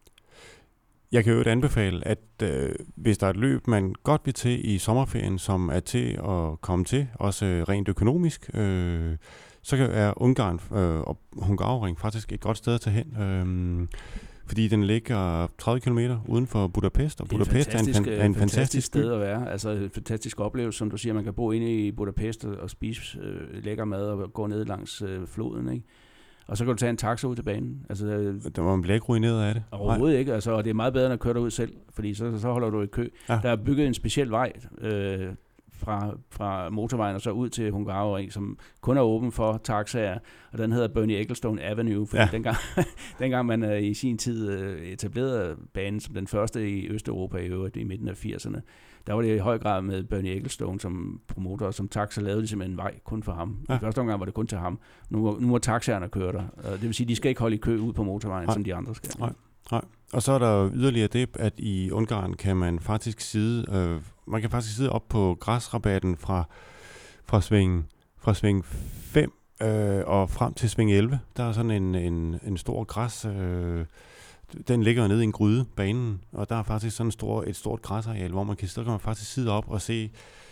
Jeg kan jo anbefale, at øh, hvis der er et løb, man godt vil til i sommerferien, som er til at komme til, også øh, rent økonomisk, øh, så er Ungarn øh, og Hungaroring faktisk et godt sted at tage hen. Øh, fordi den ligger tredive kilometer uden for Budapest, og Budapest er en, fan, er en fantastisk, fantastisk sted at være. Altså en fantastisk oplevelse, som du siger, man kan bo inde i Budapest og, og spise øh, lækker mad og gå ned langs øh, floden, ikke? Og så kan du tage en taxa ud til banen. Altså, der var man bliver ikke ruineret af det. Overhovedet ikke, altså, og det er meget bedre, end at køre derud selv, fordi så, så holder du i kø. Ja. Der er bygget en speciel vej øh, fra, fra motorvejen og så ud til Hungaroring, som kun er åben for taxaer, og den hedder Bernie Ecclestone Avenue, fordi ja. dengang, dengang man uh, i sin tid uh, etablerede banen som den første i Østeuropa i øvrigt i midten af firserne, der var det i høj grad med Bernie Ecclestone som promotor, og som taxa lavede det simpelthen en vej kun for ham. Ja. I første omgang var det kun til ham. Nu, nu må taxaerne køre der. Det vil sige, de skal ikke holde i kø ud på motorvejen, Nej. som de andre skal. Nej. Nej. Og så er der yderligere det, at i Ungarn kan man faktisk sidde, øh, man kan faktisk sidde op på græsrabatten fra, fra sving, fra sving fem øh, og frem til sving elleve. Der er sådan en, en, en stor græs, øh, den ligger nede i en gryde, banen, og der er faktisk sådan en stor, et stort græsareal, hvor man kan, så kan man faktisk sidde op og se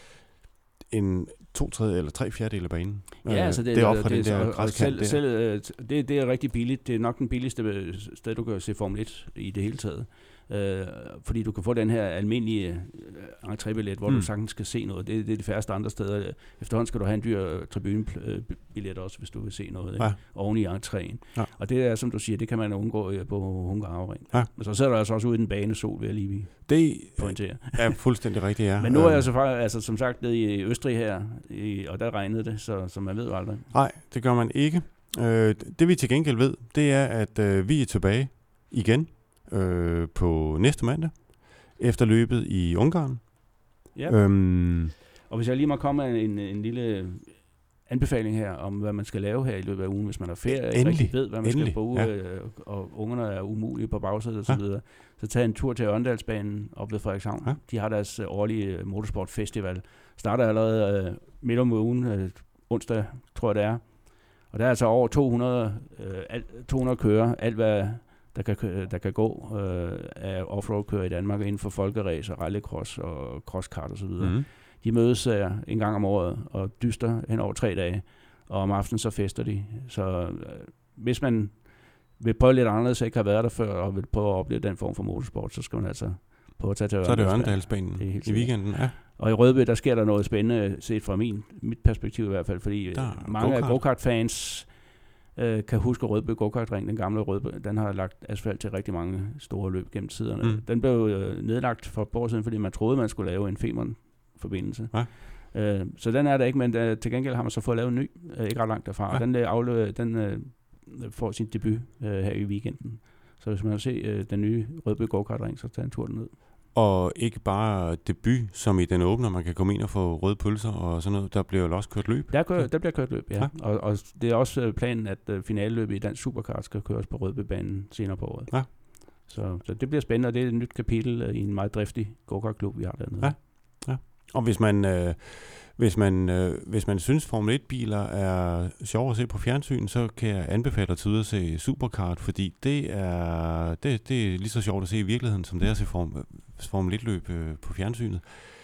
en to tredje eller tre fjerdedel af banen. Ja, altså det, det er op fra det, den der og, og selv, der. selv, det, det er rigtig billigt. Det er nok den billigste sted, du kan se Formel et i det hele taget. Øh, fordi du kan få den her almindelige øh, entrébillet, hvor mm. du sagtens skal se noget. Det, det er de færreste andre steder. Efterhånden skal du have en dyr tribunebillet også, hvis du vil se noget, ja. oven i entréen. Ja. Og det er, som du siger, det kan man undgå på Hungaroring. Ja. Men så sidder der altså også ude i den bane sol, vil jeg lige det pointere. Er fuldstændig rigtigt, ja. Men nu er jeg så faktisk, altså, som sagt, nede i Østrig her, i, og der regnede det, så, så man ved jo aldrig. Nej, det gør man ikke. Øh, det vi til gengæld ved, det er, at øh, vi er tilbage igen Øh, på næste mandag, efter løbet i Ungarn. Ja. Øhm, og hvis jeg lige må komme med en, en lille anbefaling her, om hvad man skal lave her i løbet af ugen, hvis man har ferie, og ikke rigtig ved, hvad man endelig. skal bruge, ja. øh, og ungerne er umulige på bagsædet og så videre, så tag en tur til Ørndalsbanen op ved Frederikshavn. Ja. De har deres årlige motorsportfestival. Starter allerede øh, midt om ugen, øh, onsdag, tror jeg det er. Og der er altså over to hundrede, øh, alt, to hundrede kører, alt hvad der kan, der kan gå øh, af offroad-kører i Danmark inden for folkeræs og rallycross og crosskart og så videre. Mm. De mødes uh, en gang om året og dyster hen over tre dage, og om aftenen så fester de. Så øh, hvis man vil prøve lidt anderledes, ikke har været der før, og vil prøve at opleve den form for motorsport, så skal man altså prøve at tage til Ørndalsbanen. Så er det Ørndalsbanen i weekenden, ja. Og i Rødby, der sker der noget spændende, set fra min, mit perspektiv i hvert fald, fordi der, mange go-kart. af go-kart-fans øh, kan huske Rødby go-kart-ring, den gamle Rødby, den har lagt asfalt til rigtig mange store løb gennem tiderne. Mm. Den blev øh, nedlagt for et par år siden, fordi man troede, man skulle lave en Femern-forbindelse. Ja. Øh, så den er der ikke, men der, til gengæld har man så fået lavet en ny, øh, ikke ret langt derfra. Ja. Den, øh, aflø- den øh, får sin debut øh, her i weekenden. Så hvis man vil se øh, den nye Rødby go-kart-ring, så tag en tur derned. Og ikke bare debut, som i den åbner, man kan komme ind og få røde pølser og sådan noget. Der bliver jo også kørt løb. Der, kører, der bliver kørt løb, ja. ja. Og, og det er også planen, at uh, finaleløbet i Dansk Superkart skal køres på Rødbybanen senere på året. Ja. Så, så det bliver spændende, og det er et nyt kapitel uh, i en meget driftig go-kart-klub, vi har dernede. Ja. Ja. Og hvis man, øh, hvis man, øh, hvis man synes, Formel et-biler er sjove at se på fjernsyn, så kan jeg anbefale dig til at se Superkart, fordi det er, det, det er lige så sjovt at se i virkeligheden, som det er at se Form, Formel et-løb øh, på fjernsynet.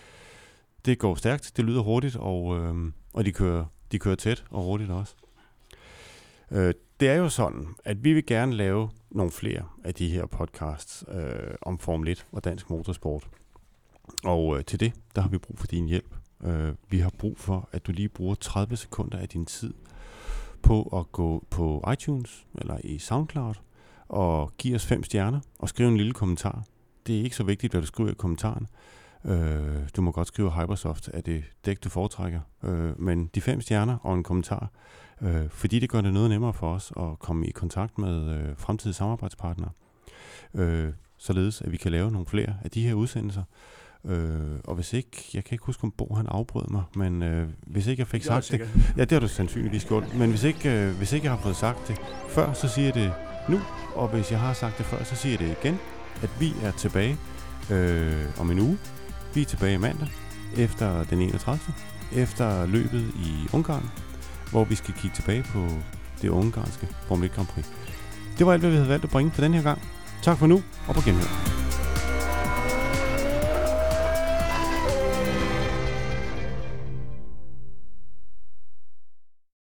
Det går stærkt, det lyder hurtigt, og, øh, og de, kører, de kører tæt og hurtigt også. Øh, det er jo sådan, at vi vil gerne lave nogle flere af de her podcasts øh, om Formel et og dansk motorsport. Og øh, til det, der har vi brug for din hjælp. Øh, vi har brug for, at du lige bruger tredive sekunder af din tid på at gå på iTunes eller i SoundCloud og give os fem stjerner og skrive en lille kommentar. Det er ikke så vigtigt, hvad du skriver i kommentaren. Øh, du må godt skrive Hypersoft af det dæk, du foretrækker. Øh, men de fem stjerner og en kommentar, øh, fordi det gør det noget nemmere for os at komme i kontakt med øh, fremtidige samarbejdspartnere. Øh, således at vi kan lave nogle flere af de her udsendelser. Øh, og hvis ikke, jeg kan ikke huske, om Bo han afbrød mig, men øh, hvis ikke jeg fik sagt det, ja, det har du sandsynligvis gjort, men hvis ikke, øh, hvis ikke jeg har fået sagt det før, så siger jeg det nu, og hvis jeg har sagt det før, så siger jeg det igen, at vi er tilbage øh, om en uge. Vi er tilbage mandag efter den enogtredivte efter løbet i Ungarn, hvor vi skal kigge tilbage på det ungarske Formel et Grand Prix. Det var alt, hvad vi havde valgt at bringe for den her gang. Tak for nu, og på genhør.